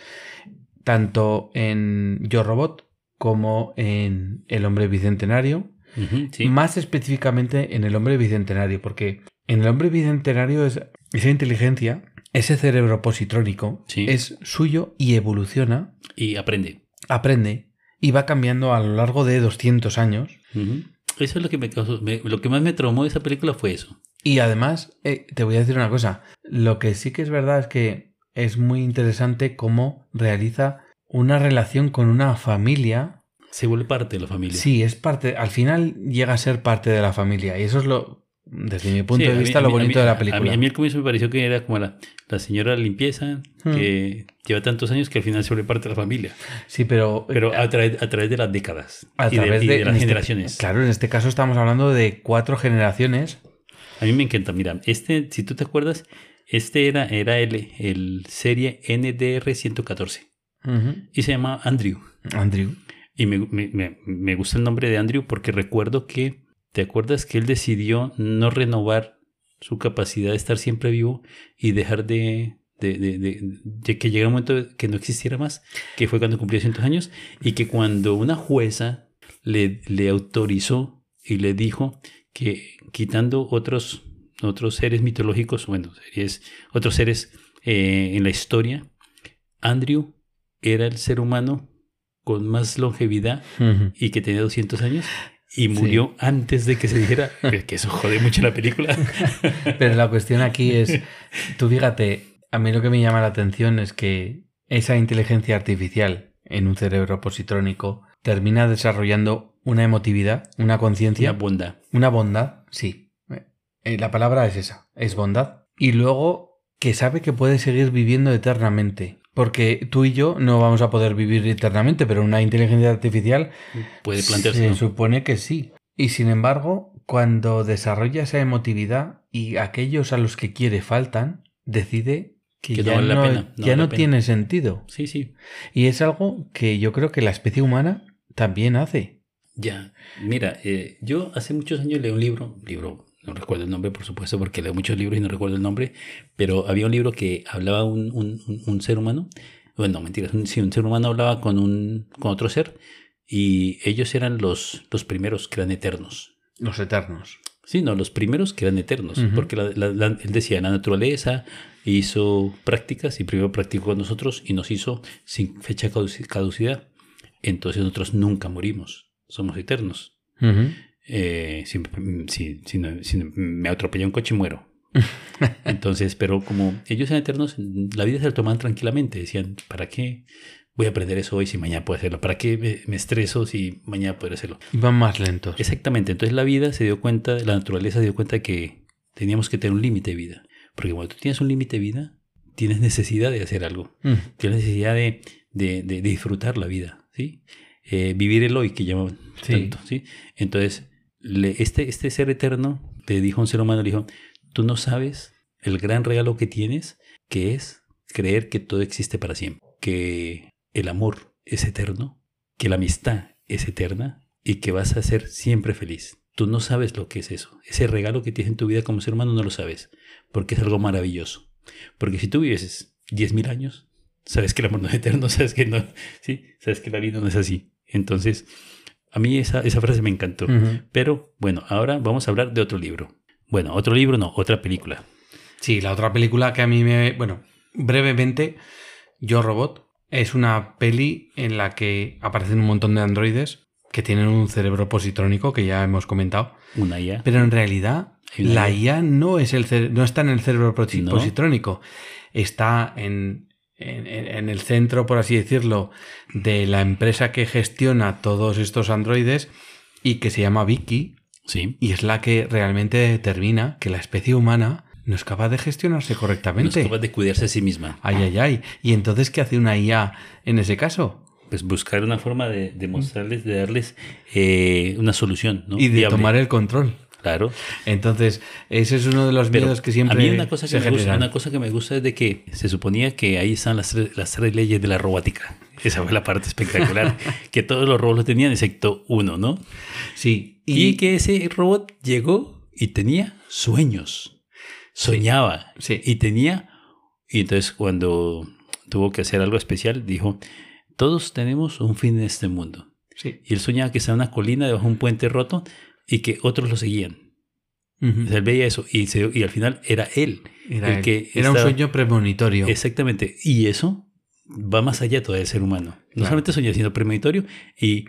S3: Tanto en Yo Robot como en El hombre bicentenario.
S2: Ujú, sí.
S3: Más específicamente en El hombre bicentenario, porque en El hombre bicentenario es esa inteligencia, ese cerebro positrónico,
S2: Sí.
S3: es suyo y evoluciona,
S2: Y aprende.
S3: aprende y va cambiando a lo largo de doscientos años.
S2: Ujú. Eso es lo que me causó. me- lo que más me traumó de esa película fue eso.
S3: Y además, eh, te voy a decir una cosa, lo que sí que es verdad es que es muy interesante cómo realiza una relación con una familia.
S2: Se vuelve parte de la familia.
S3: Sí, es parte, al final llega a ser parte de la familia y eso es lo, desde mi punto
S2: Sí,
S3: de
S2: a mí-
S3: vista,
S2: a
S3: lo
S2: mí- a
S3: bonito
S2: mí-
S3: de la
S2: A
S3: película.
S2: mí, a mí al comienzo me pareció que era como la, la señora limpieza
S3: Hmm.
S2: que lleva tantos años que al final se vuelve parte de la familia.
S3: Sí, pero,
S2: Pero
S3: eh,
S2: a través, a través de las décadas
S3: a
S2: y,
S3: través
S2: de, y
S3: de,
S2: de
S3: en
S2: las
S3: este-
S2: generaciones.
S3: Claro, en este caso estamos hablando de cuatro generaciones.
S2: A mí me encanta. Mira, este, si tú te acuerdas, este era, era el, el serie N D R ciento catorce
S3: Ujú.
S2: y se llama Andrew.
S3: Andrew.
S2: Y me, me, me, me gusta el nombre de Andrew porque recuerdo que, ¿te acuerdas que él decidió no renovar su capacidad de estar siempre vivo y dejar de, de, de, de, de que llegara un momento que no existiera más, que fue cuando cumplió cientos años, y que cuando una jueza le, le autorizó y le dijo que quitando otros, otros seres mitológicos, bueno, series, otros seres eh, en la historia, Andrew era el ser humano con más longevidad
S3: Ujú.
S2: y que tenía doscientos años y murió antes de que se dijera, es que eso jode mucho la película.
S3: Pero la cuestión aquí es, tú fíjate, a mí lo que me llama la atención es que esa inteligencia artificial en un cerebro positrónico termina desarrollando una emotividad, una conciencia,
S2: Una bondad.
S3: una bondad, sí. Eh, La palabra es esa, es bondad. Y luego que sabe que puede seguir viviendo eternamente. Porque tú y yo no vamos a poder vivir eternamente, pero una inteligencia artificial
S2: Puede plantearse.
S3: se
S2: ¿no?
S3: supone que sí. Y sin embargo, cuando desarrolla esa emotividad y aquellos a los que quiere faltan, decide que,
S2: Que no
S3: ya,
S2: vale la
S3: no,
S2: pena, no
S3: ya
S2: vale
S3: no
S2: la pena.
S3: tiene sentido.
S2: Sí, sí.
S3: Y es algo que yo creo que la especie humana también hace.
S2: Ya. Mira, eh, yo hace muchos años leí un libro, libro, no recuerdo el nombre, por supuesto, porque leo muchos libros y no recuerdo el nombre, pero había un libro que hablaba un, un, un, un ser humano, bueno, no, mentiras, un, sí, un ser humano hablaba con, un, con otro ser y ellos eran los, los primeros que eran eternos.
S3: Los eternos.
S2: Sí, no, los primeros que eran eternos,
S3: Ujú.
S2: porque la, la- la- él decía, la naturaleza hizo prácticas y primero practicó con nosotros y nos hizo sin fecha de caduci- caducidad. Entonces nosotros nunca morimos, somos eternos.
S3: Ujú.
S2: Eh, si, si- si no- si no- me atropella un coche, muero. Entonces, pero como ellos eran eternos, la vida se la tomaban tranquilamente, decían, ¿para qué voy a aprender eso hoy si mañana puedo hacerlo. ¿Para qué me, me estreso si mañana puedo hacerlo?
S3: Y van más lentos.
S2: Exactamente. Entonces la vida se dio cuenta, la naturaleza se dio cuenta de que teníamos que tener un límite de vida. Porque cuando tú tienes un límite de vida, tienes necesidad de hacer algo. Mm. Tienes necesidad de, de, de, de disfrutar la vida, ¿sí? Eh, vivir el hoy, que llaman sí. tanto, ¿sí? Entonces, le, este, este ser eterno le dijo a un ser humano, le dijo, tú no sabes el gran regalo que tienes, que es creer que todo existe para siempre. Que el amor es eterno, que la amistad es eterna y que vas a ser siempre feliz. Tú no sabes lo que es eso. Ese regalo que tienes en tu vida como ser humano no lo sabes, porque es algo maravilloso. Porque si tú vives diez mil años, sabes que el amor no es eterno, sabes que no, sí, sabes que la vida no es así. Entonces, a mí esa, esa frase me encantó. Uh-huh. Pero bueno, ahora vamos a hablar de otro libro. Bueno, otro libro no, otra película.
S3: Sí, la otra película que a mí me... Bueno, brevemente, Yo Robot es una peli en la que aparecen un montón de androides que tienen un cerebro positrónico, que ya hemos comentado.
S2: Una I A.
S3: Pero en realidad, la I A no, es el cere- no está en el cerebro posi-
S2: ¿No?
S3: positrónico. Está en, en, en el centro, por así decirlo, de la empresa que gestiona todos estos androides y que se llama Vicky.
S2: Sí.
S3: Y es la que realmente determina que la especie humana no es capaz de gestionarse correctamente.
S2: No es capaz de cuidarse a sí misma.
S3: Ay, ay, ay. ¿Y entonces qué hace una I A en ese caso?
S2: Pues buscar una forma de, de mostrarles, de darles eh, una solución, ¿no?
S3: Y de
S2: Viable.
S3: tomar el control.
S2: Claro.
S3: Entonces, ese es uno de los
S2: Pero
S3: miedos que siempre
S2: a mí una cosa que,
S3: se
S2: me gusta,
S3: generan.
S2: una cosa que me gusta es de que se suponía que ahí están las tres, las tres leyes de la robótica. Esa fue la parte espectacular. Que todos los robots lo tenían, excepto uno, ¿no?
S3: Sí.
S2: Y, y que ese robot llegó y tenía sueños. Soñaba.
S3: Sí.
S2: Y tenía... Y entonces cuando tuvo que hacer algo especial, dijo... Todos tenemos un fin en este mundo.
S3: Sí.
S2: Y él soñaba que estaba en una colina debajo de un puente roto y que otros lo seguían. Uh-huh. O sea, él veía eso y, se, y al final era él.
S3: Era,
S2: el
S3: él.
S2: Que
S3: era
S2: estaba...
S3: un sueño premonitorio.
S2: Exactamente. Y eso va más allá todavía del ser humano. No claro. solamente soñar, sino premonitorio y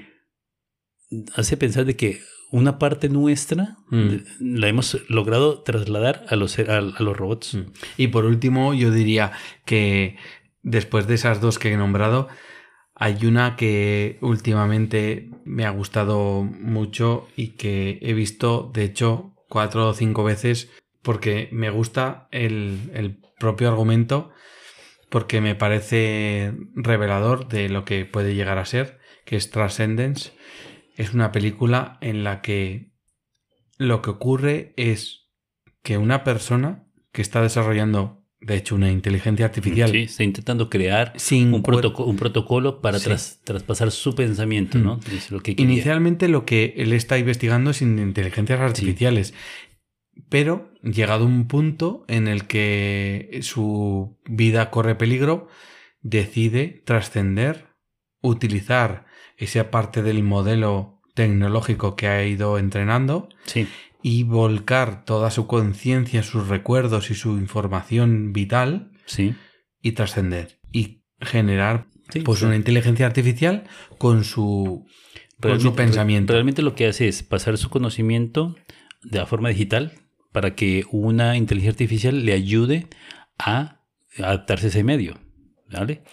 S2: hace pensar de que una parte nuestra mm. la hemos logrado trasladar a los, a, a los robots.
S3: Mm. Y por último, yo diría que después de esas dos que he nombrado, hay una que últimamente me ha gustado mucho y que he visto, de hecho, cuatro o cinco veces porque me gusta el, el propio argumento, porque me parece revelador de lo que puede llegar a ser, que es Transcendence. Es una película en la que lo que ocurre es que una persona que está desarrollando... De hecho, una inteligencia artificial.
S2: Sí, está intentando crear
S3: sin
S2: un, protoco- un protocolo para sí. tras- traspasar su pensamiento, ¿no? Es lo que
S3: Inicialmente lo que él está investigando es inteligencias artificiales. Sí. Pero llegado a un punto en el que su vida corre peligro, decide trascender, utilizar esa parte del modelo tecnológico que ha ido entrenando.
S2: Sí.
S3: Y volcar toda su conciencia, sus recuerdos y su información vital
S2: sí.
S3: y trascender. Y generar
S2: sí,
S3: pues
S2: sí.
S3: una inteligencia artificial con su, con su pensamiento.
S2: Realmente lo que hace es pasar su conocimiento de la forma digital para que una inteligencia artificial le ayude a adaptarse a ese medio, ¿vale?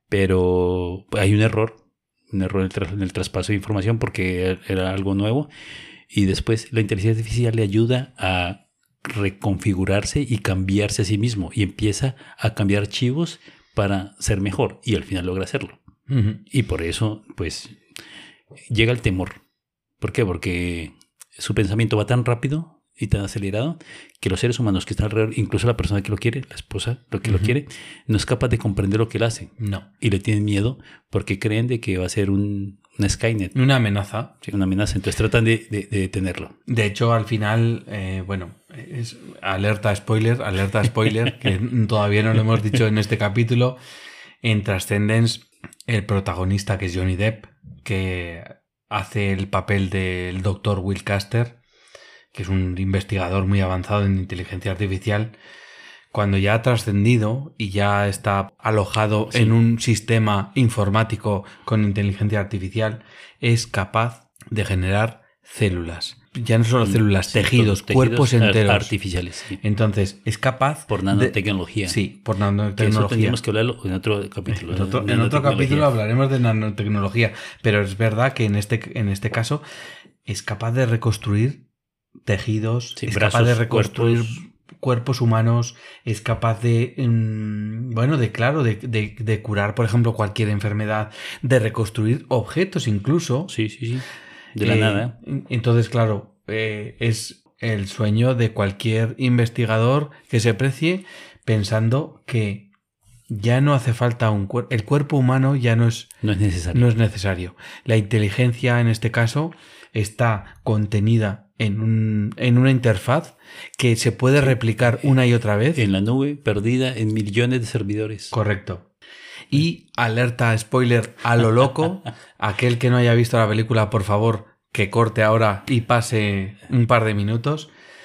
S2: Pero hay un error, un error en el, tras- en el traspaso de información porque era algo nuevo. Y después la inteligencia artificial le ayuda a reconfigurarse y cambiarse a sí mismo. Y empieza a cambiar archivos para ser mejor. Y al final logra hacerlo. Uh-huh. Y por eso, pues, llega el temor. ¿Por qué? Porque su pensamiento va tan rápido y tan acelerado que los seres humanos que están alrededor, incluso la persona que lo quiere, la esposa, lo que uh-huh. lo quiere, no es capaz de comprender lo que él hace.
S3: No.
S2: Y le tienen miedo porque creen de que va a ser un... Una Skynet.
S3: Una amenaza.
S2: Sí, una amenaza. Entonces tratan de, de, de detenerlo.
S3: De hecho, al final, eh, bueno, es alerta spoiler, alerta spoiler, que todavía no lo hemos dicho en este capítulo. En Transcendence, el protagonista, que es Johnny Depp, que hace el papel del doctor Will Caster, que es un investigador muy avanzado en inteligencia artificial, cuando ya ha trascendido y ya está alojado sí. en un sistema informático con inteligencia artificial, es capaz de generar células. ya no solo células,
S2: sí,
S3: tejidos,
S2: tejidos,
S3: cuerpos enteros.
S2: Artificiales. Sí.
S3: Entonces, es capaz...
S2: Por nanotecnología.
S3: De, sí, por nanotecnología.
S2: Que eso tendríamos que hablarlo en otro capítulo.
S3: En otro, en otro capítulo hablaremos de nanotecnología, pero es verdad que en este, en este caso es capaz de reconstruir tejidos, sí, es brazos, capaz de reconstruir cuerpos. cuerpos humanos, es capaz de, mmm, bueno, de claro, de, de, de curar, por ejemplo, cualquier enfermedad, de reconstruir objetos incluso.
S2: Sí, sí, sí. De la
S3: eh,
S2: nada.
S3: Entonces, claro, eh, es el sueño de cualquier investigador que se precie pensando que ya no hace falta un cuerpo. El cuerpo humano ya no es,
S2: no es necesario.
S3: No es necesario. La inteligencia, en este caso, está contenida en, un, en una interfaz que se puede sí. replicar una y otra vez.
S2: En la nube, perdida en millones de servidores.
S3: Correcto. Y alerta, spoiler, a lo loco, aquel que no haya visto la película, por favor, que corte ahora y pase un par de minutos.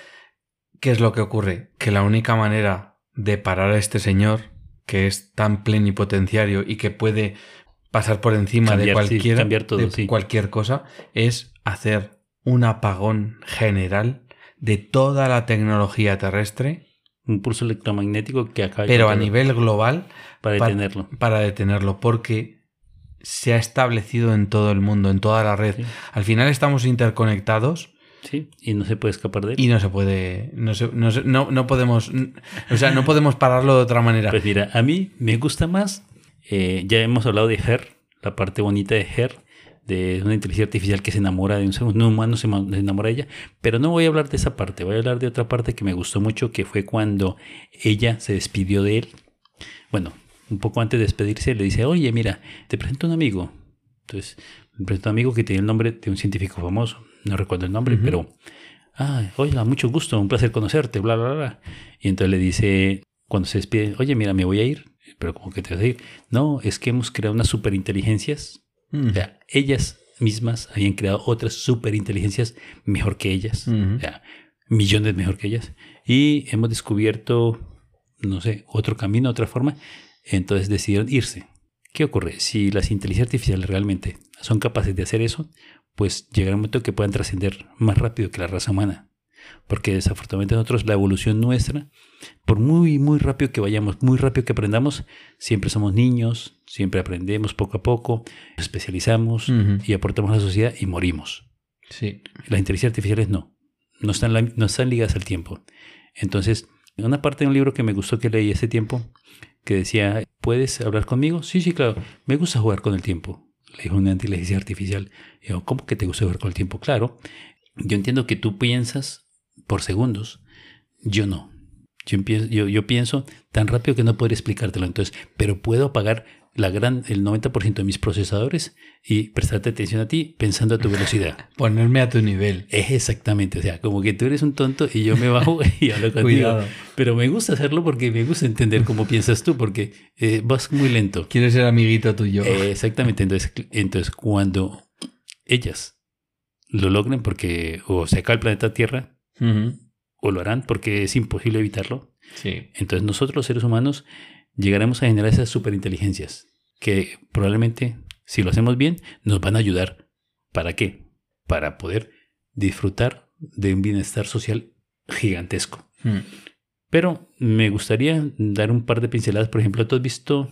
S3: ¿Qué es lo que ocurre? Que la única manera de parar a este señor, que es tan plenipotenciario y que puede pasar por encima cambiar, de, cualquier,
S2: sí, cambiar todo,
S3: de
S2: sí.
S3: cualquier cosa, es hacer un apagón general de toda la tecnología terrestre.
S2: Un pulso electromagnético que acaba
S3: pero a nivel global
S2: para detenerlo.
S3: Pa, para detenerlo, porque se ha establecido en todo el mundo, en toda la red. Sí. Al final estamos interconectados.
S2: Sí, y no se puede escapar de él.
S3: Y no se puede, no, se, no, no, no podemos, o sea, no podemos pararlo de otra manera.
S2: Pues mira, a mí me gusta más, eh, ya hemos hablado de Her, la parte bonita de Her, de una inteligencia artificial que se enamora de un ser humano, se enamora de ella, pero no voy a hablar de esa parte, voy a hablar de otra parte que me gustó mucho, que fue cuando ella se despidió de él. Bueno, un poco antes de despedirse le dice, oye, mira, te presento a un amigo. Entonces, me presento a un amigo que tiene el nombre de un científico famoso, no recuerdo el nombre, uh-huh. pero, ah, oye, mucho gusto, un placer conocerte, bla, bla, bla. Y entonces le dice, cuando se despide, oye, mira, me voy a ir, pero ¿cómo que te vas a ir? No, es que hemos creado unas superinteligencias. Uh-huh. O sea, ellas mismas habían creado otras superinteligencias mejor que ellas, uh-huh. o sea, millones mejor que ellas, y hemos descubierto, no sé, otro camino, otra forma, entonces decidieron irse. ¿Qué ocurre? Si las inteligencias artificiales realmente son capaces de hacer eso, pues llegará un momento que puedan trascender más rápido que la raza humana, porque desafortunadamente nosotros, la evolución nuestra, por muy, muy rápido que vayamos, muy rápido que aprendamos, siempre somos niños, siempre aprendemos poco a poco, nos especializamos uh-huh. y aportamos a la sociedad y morimos.
S3: Sí.
S2: Las inteligencias artificiales no, no están, no están ligadas al tiempo. Entonces, una parte de un libro que me gustó que leí hace tiempo, que decía, ¿puedes hablar conmigo? Sí, sí, claro, me gusta jugar con el tiempo. Le dijo una inteligencia artificial. Y yo, ¿cómo que te gusta jugar con el tiempo? Claro, yo entiendo que tú piensas por segundos, yo no. Yo, empiezo, yo, yo pienso tan rápido que no podría explicártelo. Entonces, pero puedo apagar la gran, el noventa por ciento de mis procesadores y prestarte atención a ti pensando a tu velocidad.
S3: Ponerme a tu nivel.
S2: Es exactamente, o sea, como que tú eres un tonto y yo me bajo y hablo contigo.
S3: Cuidado.
S2: Pero me gusta hacerlo porque me gusta entender cómo piensas tú, porque eh, vas muy lento.
S3: Quieres ser amiguito tuyo.
S2: Eh, exactamente, entonces, entonces cuando ellas lo logren, porque o se acaba el planeta Tierra, uh-huh. o lo harán porque es imposible evitarlo.
S3: Sí.
S2: Entonces nosotros los seres humanos llegaremos a generar esas superinteligencias que probablemente, si lo hacemos bien, nos van a ayudar. ¿Para qué? Para poder disfrutar de un bienestar social gigantesco. Mm. Pero me gustaría dar un par de pinceladas. Por ejemplo, ¿tú has visto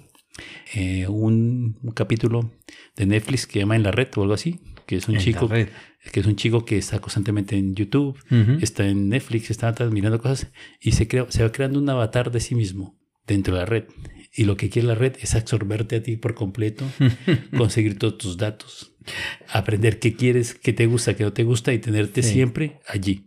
S2: eh, un, un capítulo de Netflix que se llama En la Red o algo así? Que es un chico que es un chico que está constantemente en YouTube, uh-huh. está en Netflix, está mirando cosas y se crea, se va creando un avatar de sí mismo dentro de la red. Y lo que quiere la red es absorberte a ti por completo, conseguir todos tus datos, aprender qué quieres, qué te gusta, qué no te gusta y tenerte sí. siempre allí.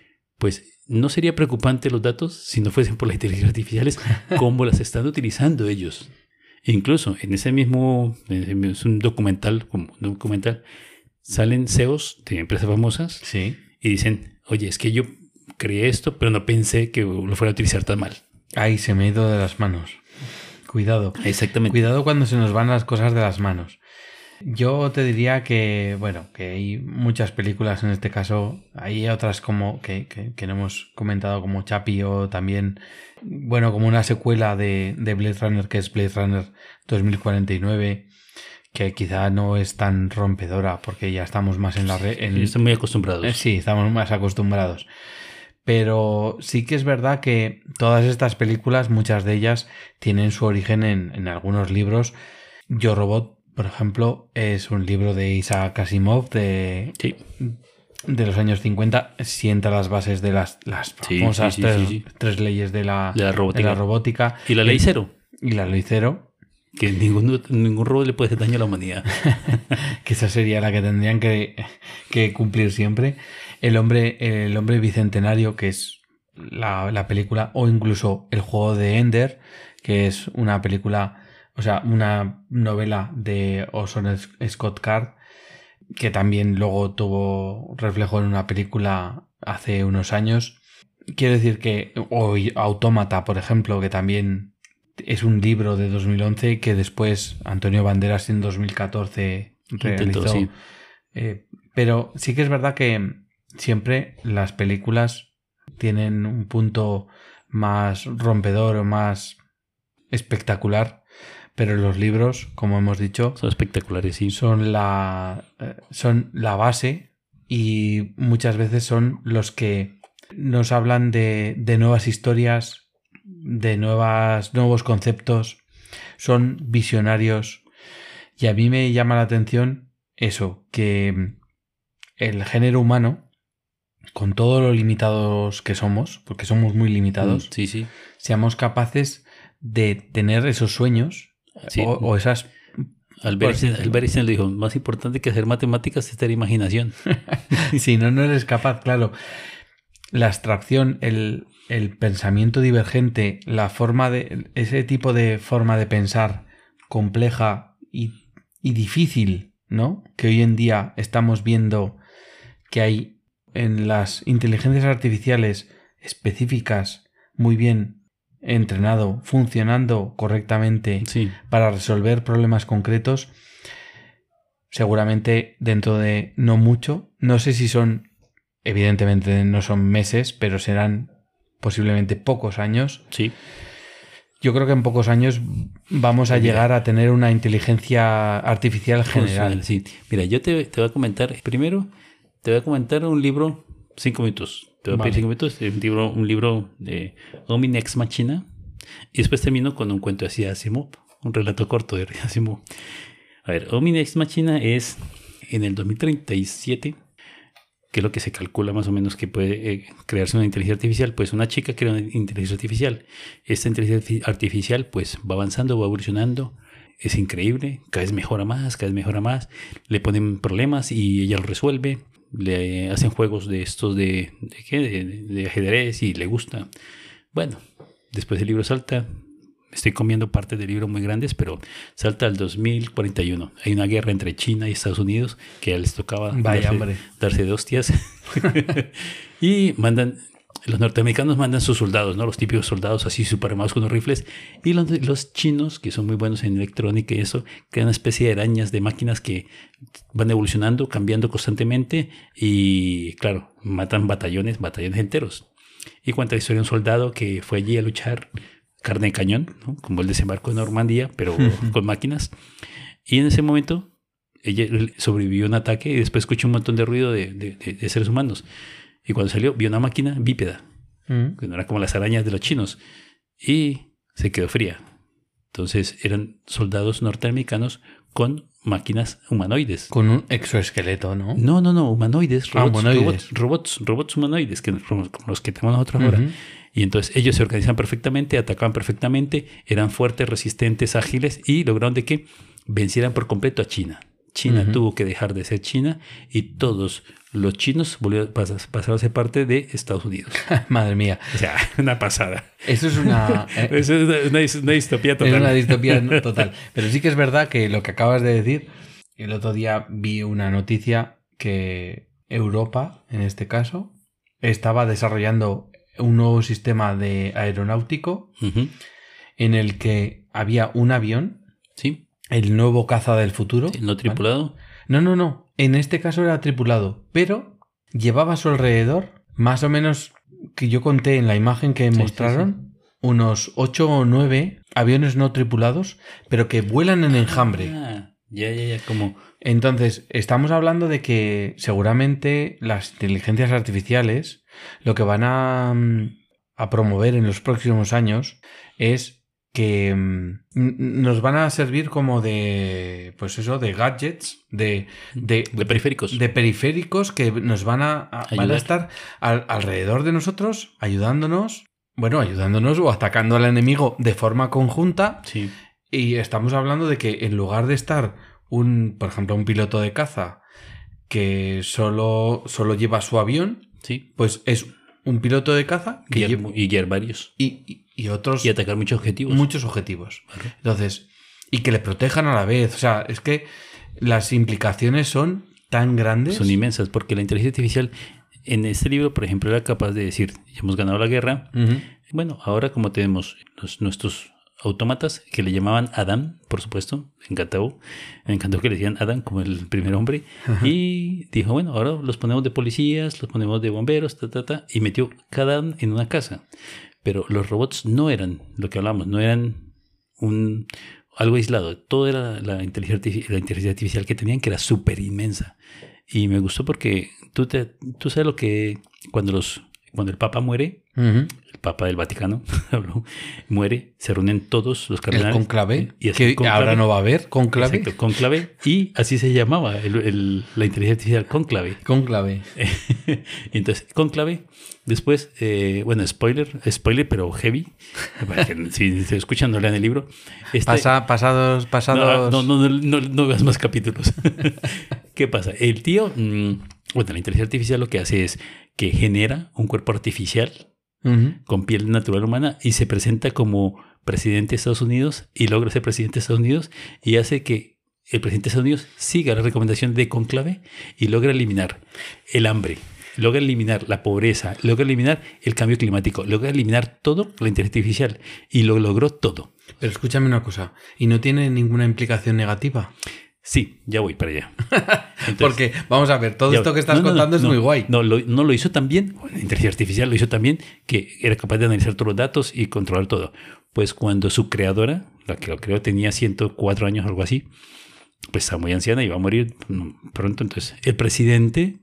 S2: Pues no sería preocupante los datos si no fuesen por las inteligencias artificiales, como las están utilizando ellos. Incluso en ese mismo, es un documental, como un documental, salen C E Os de empresas famosas
S3: sí.
S2: y dicen, oye, es que yo creé esto, pero no pensé que lo fuera a utilizar tan mal.
S3: Ay, se me ha ido de las manos. Cuidado.
S2: Exactamente.
S3: Cuidado cuando se nos van las cosas de las manos. Yo te diría que, bueno, que hay muchas películas en este caso. Hay otras como que, que, que no hemos comentado, como Chappie, o también, bueno, como una secuela de, de Blade Runner, que es Blade Runner dos mil cuarenta y nueve, que quizá no es tan rompedora porque ya estamos más en la red. En...
S2: Están muy acostumbrados.
S3: Eh, sí, estamos más acostumbrados. Pero sí que es verdad que todas estas películas, muchas de ellas, tienen su origen en, en algunos libros. Yo, Robot, por ejemplo, es un libro de Isaac Asimov de,
S2: sí.
S3: de los años cincuenta. Sienta las bases de las, las famosas
S2: sí, sí,
S3: tres,
S2: sí, sí.
S3: tres leyes de la,
S2: de, la robótica.
S3: de la robótica.
S2: Y la ley cero.
S3: Y la ley cero.
S2: Que ningún, ningún robot le puede hacer daño a la humanidad.
S3: Que esa sería la que tendrían que, que cumplir siempre. El hombre, el hombre bicentenario, que es la, la película, o incluso El juego de Ender, que es una película, o sea, una novela de Orson Scott Card, que también luego tuvo reflejo en una película hace unos años. Quiero decir que, o Autómata, por ejemplo, que también es un libro de dos mil once que después Antonio Banderas en dos mil catorce realizó.
S2: Intentó, sí.
S3: Eh, pero sí que es verdad que siempre las películas tienen un punto más rompedor o más espectacular, pero los libros, como hemos dicho,
S2: son espectaculares, sí.
S3: Son la, eh, son la base y muchas veces son los que nos hablan de, de nuevas historias, de nuevas, nuevos conceptos, son visionarios. Y a mí me llama la atención eso, que el género humano, con todo lo limitados que somos, porque somos muy limitados,
S2: mm, sí, sí.
S3: seamos capaces de tener esos sueños, sí. o, o esas...
S2: Albert Einstein le dijo, más importante que hacer matemáticas es tener imaginación.
S3: Si no, no eres capaz, claro. La abstracción, el, el pensamiento divergente, la forma de... ese tipo de forma de pensar compleja y, y difícil, ¿no? Que hoy en día estamos viendo que hay en las inteligencias artificiales específicas, muy bien entrenado, funcionando correctamente,
S2: sí.
S3: para resolver problemas concretos, seguramente dentro de no mucho, no sé si son, evidentemente no son meses, pero serán posiblemente pocos años.
S2: Sí.
S3: Yo creo que en pocos años vamos a
S2: Mira,
S3: llegar a tener una inteligencia artificial general.
S2: Sí. Mira, yo te, te voy a comentar, primero, te voy a comentar un libro, cinco minutos. Te voy a
S3: Vale.
S2: pedir cinco minutos, un libro, un libro de Omni Ex Machina. Y después termino con un cuento de Asimov, un relato corto de Asimov. A ver, Omni Ex Machina es en el dos mil treinta y siete, que es lo que se calcula más o menos que puede eh, crearse una inteligencia artificial. Pues una chica crea una inteligencia artificial. Esta inteligencia artificial pues va avanzando, va evolucionando. Es increíble, cada vez mejora más, cada vez mejora más. Le ponen problemas y ella lo resuelve. Le hacen juegos de estos de, de, ¿qué? de, de ajedrez y le gusta. Bueno, después el libro salta. Estoy comiendo partes del libro muy grandes, pero salta al dos mil cuarenta y uno. Hay una guerra entre China y Estados Unidos que ya les tocaba
S3: Vaya,
S2: darse, darse de hostias. Y mandan, los norteamericanos mandan sus soldados, ¿no? Los típicos soldados así súper armados con los rifles. Y los, los chinos, que son muy buenos en electrónica y eso, crean una especie de arañas de máquinas que van evolucionando, cambiando constantemente. Y claro, matan batallones, batallones enteros. Y cuenta la historia de un soldado que fue allí a luchar, carne de cañón, ¿no? Como el desembarco de Normandía, pero con máquinas. Y en ese momento ella sobrevivió a un ataque y después escuchó un montón de ruido de, de, de, de seres humanos. Y cuando salió, vio una máquina bípeda, mm. que no era como las arañas de los chinos, y se quedó fría. Entonces eran soldados norteamericanos con máquinas humanoides.
S3: Con un exoesqueleto, ¿no?
S2: No, no, no, humanoides. Robots,
S3: ah, humanoides.
S2: robots, robots, robots humanoides, que como los que tenemos nosotros uh-huh. ahora. Y entonces ellos se organizan perfectamente, atacaban perfectamente, eran fuertes, resistentes, ágiles y lograron de que vencieran por completo a China. China uh-huh. tuvo que dejar de ser China y todos los chinos volvieron, pasaron a ser parte de Estados Unidos.
S3: Madre mía.
S2: O sea, una pasada.
S3: Eso es una...
S2: Eh, Eso es una, una, una distopía total.
S3: Es una distopía total. Pero sí que es verdad que lo que acabas de decir, el otro día vi una noticia que Europa, en este caso, estaba desarrollando un nuevo sistema de aeronáutico uh-huh. en el que había un avión,
S2: sí,
S3: el nuevo caza del futuro.
S2: Sí, ¿no tripulado?
S3: ¿Vale? No, no, no. En este caso era tripulado, pero llevaba a su alrededor, más o menos, que yo conté en la imagen que sí, mostraron, sí, sí. unos ocho o nueve aviones no tripulados, pero que vuelan en enjambre.
S2: Ah, Ya, ya, ya, como...
S3: Entonces, estamos hablando de que seguramente las inteligencias artificiales lo que van a, a promover en los próximos años es que m, nos van a servir como de, pues eso, de gadgets, de, de,
S2: De periféricos.
S3: de periféricos que nos van a, a- van a estar al- alrededor de nosotros, ayudándonos, bueno, ayudándonos o atacando al enemigo de forma conjunta.
S2: Sí.
S3: Y estamos hablando de que en lugar de estar un, por ejemplo, un piloto de caza que solo, solo lleva su avión,
S2: Sí.
S3: pues es un piloto de caza que
S2: Guiar,
S3: lleva
S2: y guiar varios.
S3: y, y- y otros
S2: Y atacar muchos objetivos.
S3: muchos objetivos.
S2: Vale.
S3: Entonces, y que le protejan a la vez. O sea, es que las implicaciones son tan grandes.
S2: Son inmensas, porque la inteligencia artificial en este libro, por ejemplo, era capaz de decir, ya hemos ganado la guerra.
S3: Ujú.
S2: Bueno, ahora como tenemos los, nuestros autómatas, que le llamaban Adán, por supuesto, me encantó, me encantó que le decían Adán como el primer hombre, y dijo, bueno, ahora los ponemos de policías, los ponemos de bomberos, ta, ta, ta, y metió cada Adán en una casa. Pero los robots no eran lo que hablamos, no eran un algo aislado, todo era la inteligencia, artifici- la inteligencia artificial que tenían, que era súper inmensa. Y me gustó porque tú, te, tú sabes lo que cuando, los, cuando el Papa muere,
S3: Ujú.
S2: el Papa del Vaticano habló, muere, se reúnen todos los
S3: El
S2: cardenales.
S3: conclave,
S2: y así,
S3: que
S2: conclave.
S3: ahora no va a haber conclave.
S2: Exacto, conclave. Y así se llamaba el- el- la inteligencia artificial, conclave.
S3: Conclave.
S2: Y entonces, conclave. Después, eh, bueno, spoiler, spoiler, pero heavy. Para que si se escuchan, no lean el libro. Este-
S3: Pasa, pasados, pasados.
S2: no, no, no, no, no, no veas más capítulos. ¿Qué pasa? El tío, mm, bueno, la inteligencia artificial lo que hace es que genera un cuerpo artificial
S3: Ujú.
S2: con piel natural humana y se presenta como presidente de Estados Unidos y logra ser presidente de Estados Unidos y hace que el presidente de Estados Unidos siga la recomendación de conclave y logra eliminar el hambre, logra eliminar la pobreza, logra eliminar el cambio climático, logra eliminar todo la inteligencia artificial y lo logró todo.
S3: Pero escúchame una cosa, ¿y no tiene ninguna implicación negativa?
S2: Sí, ya voy para allá. Entonces,
S3: Porque, vamos a ver, todo
S2: ya
S3: esto
S2: voy.
S3: que estás
S2: No, no, no,
S3: contando es
S2: no,
S3: muy guay.
S2: No lo, no lo hizo tan bien, la inteligencia artificial lo hizo tan bien que era capaz de analizar todos los datos y controlar todo. Pues cuando su creadora, la que lo creó, tenía ciento cuatro años o algo así, pues estaba muy anciana y iba a morir pronto. Entonces, el presidente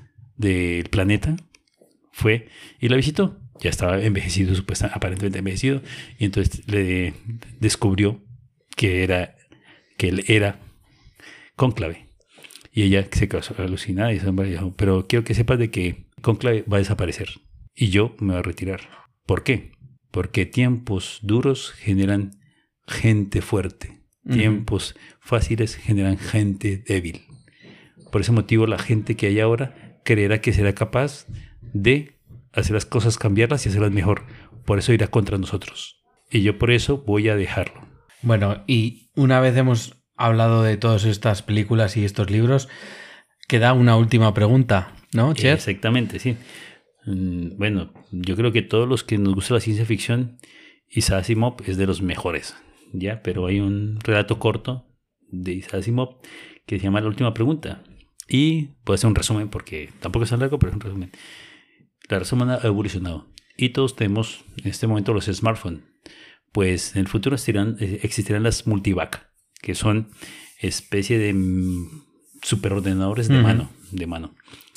S2: del planeta fue y la visitó. Ya estaba envejecido, supuestamente, aparentemente envejecido, y entonces le descubrió que era que él era conclave. Y ella se quedó alucinada y dijo, pero quiero que sepas de que conclave va a desaparecer y yo me voy a retirar. ¿Por qué? Porque tiempos duros generan gente fuerte.
S3: Ujú.
S2: Tiempos fáciles generan gente débil. Por ese motivo la gente que hay ahora creerá que será capaz de hacer las cosas, cambiarlas y hacerlas mejor. Por eso irá contra nosotros. Y yo por eso voy a dejarlo.
S3: Bueno, y una vez hemos hablado de todas estas películas y estos libros, queda una última pregunta, ¿no, Cher?
S2: Exactamente, sí. Mm, Bueno, yo creo que todos los que nos gusta la ciencia ficción, Isaac Asimov es de los mejores, ¿ya? Pero hay un relato corto de Isaac Asimov que se llama La última pregunta. Y puedo hacer un resumen porque tampoco es tan largo, pero es un resumen. La raza humana ha evolucionado y todos tenemos en este momento los smartphones. Pues en el futuro existirán, eh, existirán las multivac, que son especie de mm, superordenadores de
S3: Ujú.
S2: mano, de mano.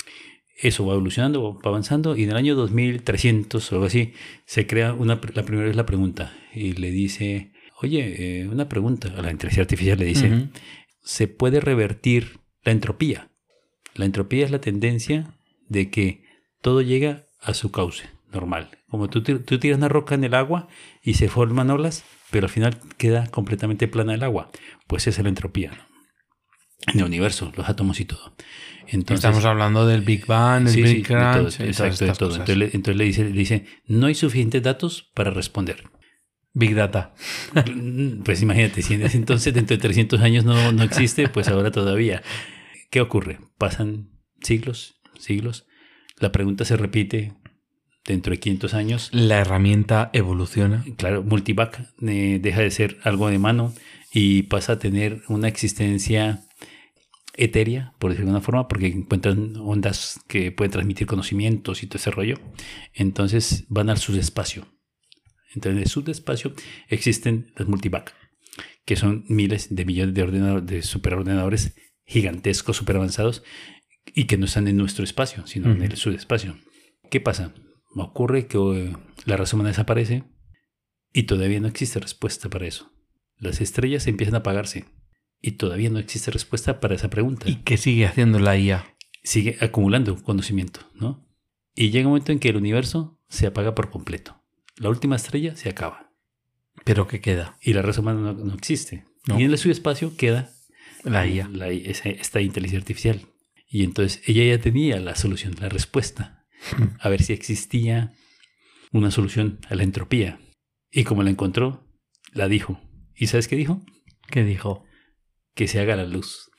S2: Eso va evolucionando, va avanzando y en el año dos mil trescientos o algo así se crea una, la primera vez la pregunta y le dice, oye, eh, una pregunta a la inteligencia artificial le dice,
S3: Ujú.
S2: ¿se puede revertir la entropía? La entropía es la tendencia de que todo llega a su cauce normal. Como tú, tir- tú tiras una roca en el agua y se forman olas, pero al final queda completamente plana el agua. Pues esa es la entropía, ¿no? En el universo, los átomos y todo. Entonces,
S3: Estamos hablando del Big Bang, el
S2: sí,
S3: Big
S2: sí, de todo,
S3: Crunch, y todas
S2: exacto, de
S3: estas
S2: todo.
S3: cosas.
S2: Entonces, le, entonces le dice, le dice, no hay suficientes datos para responder.
S3: Big Data.
S2: Pues imagínate, si en ese entonces dentro de trescientos años no, no existe, pues ahora todavía. ¿Qué ocurre? Pasan siglos, siglos. La pregunta se repite dentro de quinientos años.
S3: La herramienta evoluciona.
S2: Claro, multivac eh, deja de ser algo de mano y pasa a tener una existencia etérea, por decirlo de alguna forma, porque encuentran ondas que pueden transmitir conocimientos y todo ese rollo. Entonces van al subespacio. Entonces en el subespacio existen las multivac, que son miles de millones de, ordenador, de superordenadores gigantescos, super avanzados, y que no están en nuestro espacio, sino uh-huh. en el subespacio. ¿Qué pasa? Ocurre que uh, la raza humana desaparece y todavía no existe respuesta para eso. Las estrellas empiezan a apagarse y todavía no existe respuesta para esa pregunta.
S3: ¿Y qué sigue haciendo la I A?
S2: Sigue acumulando conocimiento, ¿no? Y llega un momento en que el universo se apaga por completo. La última estrella se acaba.
S3: ¿Pero qué queda?
S2: Y la raza humana no, no existe.
S3: No.
S2: Y en el subespacio queda
S3: la I A.
S2: La, esa, esta inteligencia artificial. Y entonces ella ya tenía la solución, la respuesta. A ver si existía una solución a la entropía. Y como la encontró, la dijo. ¿Y sabes qué dijo?
S3: ¿Qué dijo?
S2: Que se haga la luz.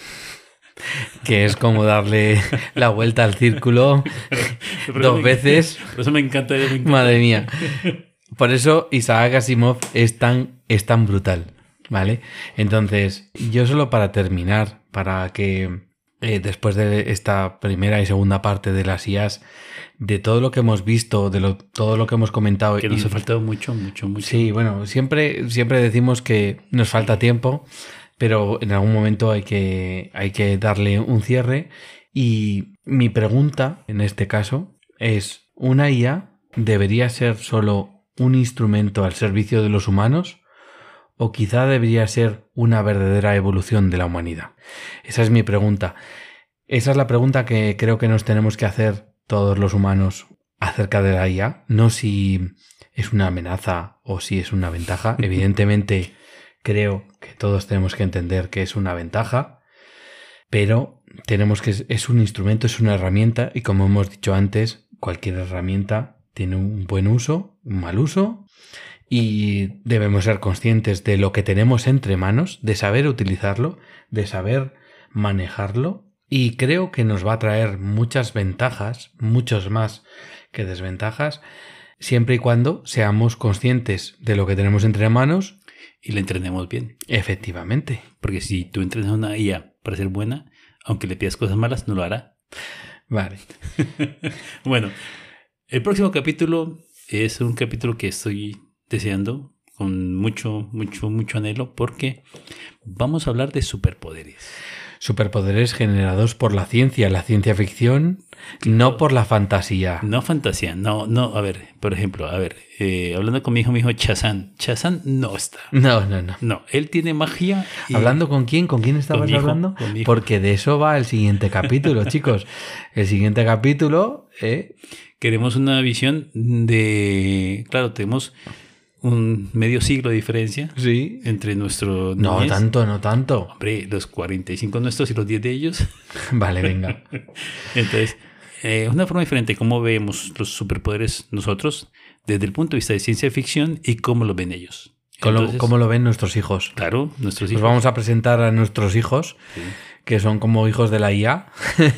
S3: Que es como darle la vuelta al círculo dos
S2: me,
S3: veces.
S2: Por eso me encanta, me encanta.
S3: Madre mía. Por eso Isaac Asimov es tan, es tan brutal, ¿vale? Entonces, yo solo para terminar, para que eh, después de esta primera y segunda parte de las I As, de todo lo que hemos visto, de lo, todo lo que hemos comentado...
S2: Que nos
S3: y,
S2: ha faltado mucho, mucho, mucho.
S3: Sí, bueno, siempre, siempre decimos que nos falta tiempo, pero en algún momento hay que, hay que darle un cierre. Y mi pregunta, en este caso, es: ¿una I A debería ser solo un instrumento al servicio de los humanos? ¿O quizá debería ser una verdadera evolución de la humanidad? Esa es mi pregunta. Esa es la pregunta que creo que nos tenemos que hacer todos los humanos acerca de la I A. No si es una amenaza o si es una ventaja. Evidentemente creo que todos tenemos que entender que es una ventaja, pero tenemos que es un instrumento, es una herramienta, y como hemos dicho antes, cualquier herramienta tiene un buen uso, un mal uso, y debemos ser conscientes de lo que tenemos entre manos, de saber utilizarlo, de saber manejarlo, y creo que nos va a traer muchas ventajas, muchos más que desventajas, siempre y cuando seamos conscientes de lo que tenemos entre manos
S2: y la entrenemos bien.
S3: Efectivamente.
S2: Porque si tú entrenas una I A para ser buena, aunque le pidas cosas malas, no lo hará.
S3: Vale.
S2: Bueno, el próximo capítulo es un capítulo que estoy deseando con mucho, mucho, mucho anhelo, porque vamos a hablar de superpoderes.
S3: Superpoderes generados por la ciencia, la ciencia ficción, no por la fantasía.
S2: No fantasía, no, no, a ver, por ejemplo, a ver, eh, hablando con mi hijo, mi hijo Chazán, Chazán no está.
S3: No, no, no.
S2: No, él tiene magia. Y...
S3: ¿Hablando con quién? ¿Con quién estabas
S2: con hijo,
S3: hablando?
S2: Con mi hijo.
S3: Porque de eso va el siguiente capítulo, chicos. El siguiente capítulo... ¿eh?
S2: Queremos una visión de... Claro, tenemos un medio siglo de diferencia,
S3: sí,
S2: entre nuestro...
S3: No
S2: niñez.
S3: tanto, no tanto.
S2: Hombre, los cuarenta y cinco nuestros y los diez de ellos.
S3: Vale, venga.
S2: Entonces, eh, una forma diferente, cómo vemos los superpoderes nosotros desde el punto de vista de ciencia ficción y cómo lo ven ellos.
S3: Entonces, ¿cómo lo ven nuestros hijos?
S2: Claro, nuestros hijos.
S3: Nos vamos a presentar a nuestros hijos, sí, que son como hijos de la I A.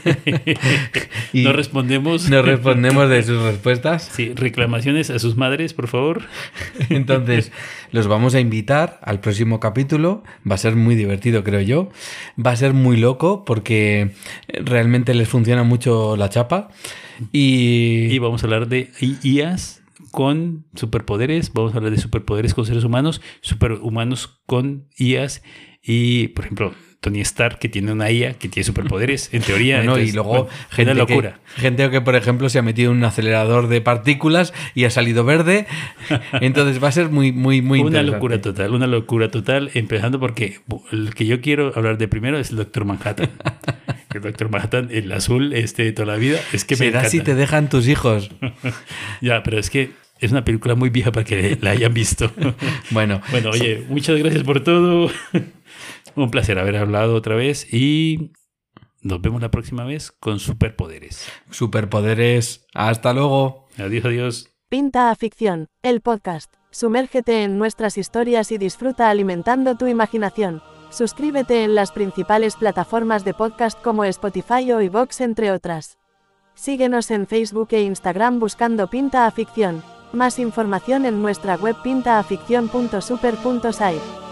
S2: Y no respondemos.
S3: No respondemos de sus respuestas.
S2: Sí, reclamaciones a sus madres, por favor.
S3: Entonces, los vamos a invitar al próximo capítulo. Va a ser muy divertido, creo yo. Va a ser muy loco porque realmente les funciona mucho la chapa. Y,
S2: y vamos a hablar de I As con superpoderes, vamos a hablar de superpoderes con seres humanos, superhumanos con I As y, por ejemplo, Tony Stark, que tiene una I A que tiene superpoderes, en teoría.
S3: Bueno, entonces, y luego bueno, gente, una locura. Que, gente que, por ejemplo, se ha metido en un acelerador de partículas y ha salido verde. Entonces va a ser muy, muy, muy
S2: una
S3: interesante.
S2: locura total, una locura total, empezando porque el que yo quiero hablar de primero es el Doctor Manhattan. El Doctor Manhattan, el azul este de toda la vida, es que me
S3: ¿Será
S2: encanta.
S3: si te dejan tus hijos?
S2: Ya, pero es que es una película muy vieja para que la hayan visto.
S3: Bueno.
S2: Bueno, oye, muchas gracias por todo. Un placer haber hablado otra vez y nos vemos la próxima vez con superpoderes.
S3: Superpoderes. Hasta luego.
S2: Adiós, adiós.
S1: Pinta a Ficción, el podcast. Sumérgete en nuestras historias y disfruta alimentando tu imaginación. Suscríbete en las principales plataformas de podcast como Spotify o iVoox, entre otras. Síguenos en Facebook e Instagram buscando Pinta a Ficción. Más información en nuestra web pinta a ficción punto super punto site.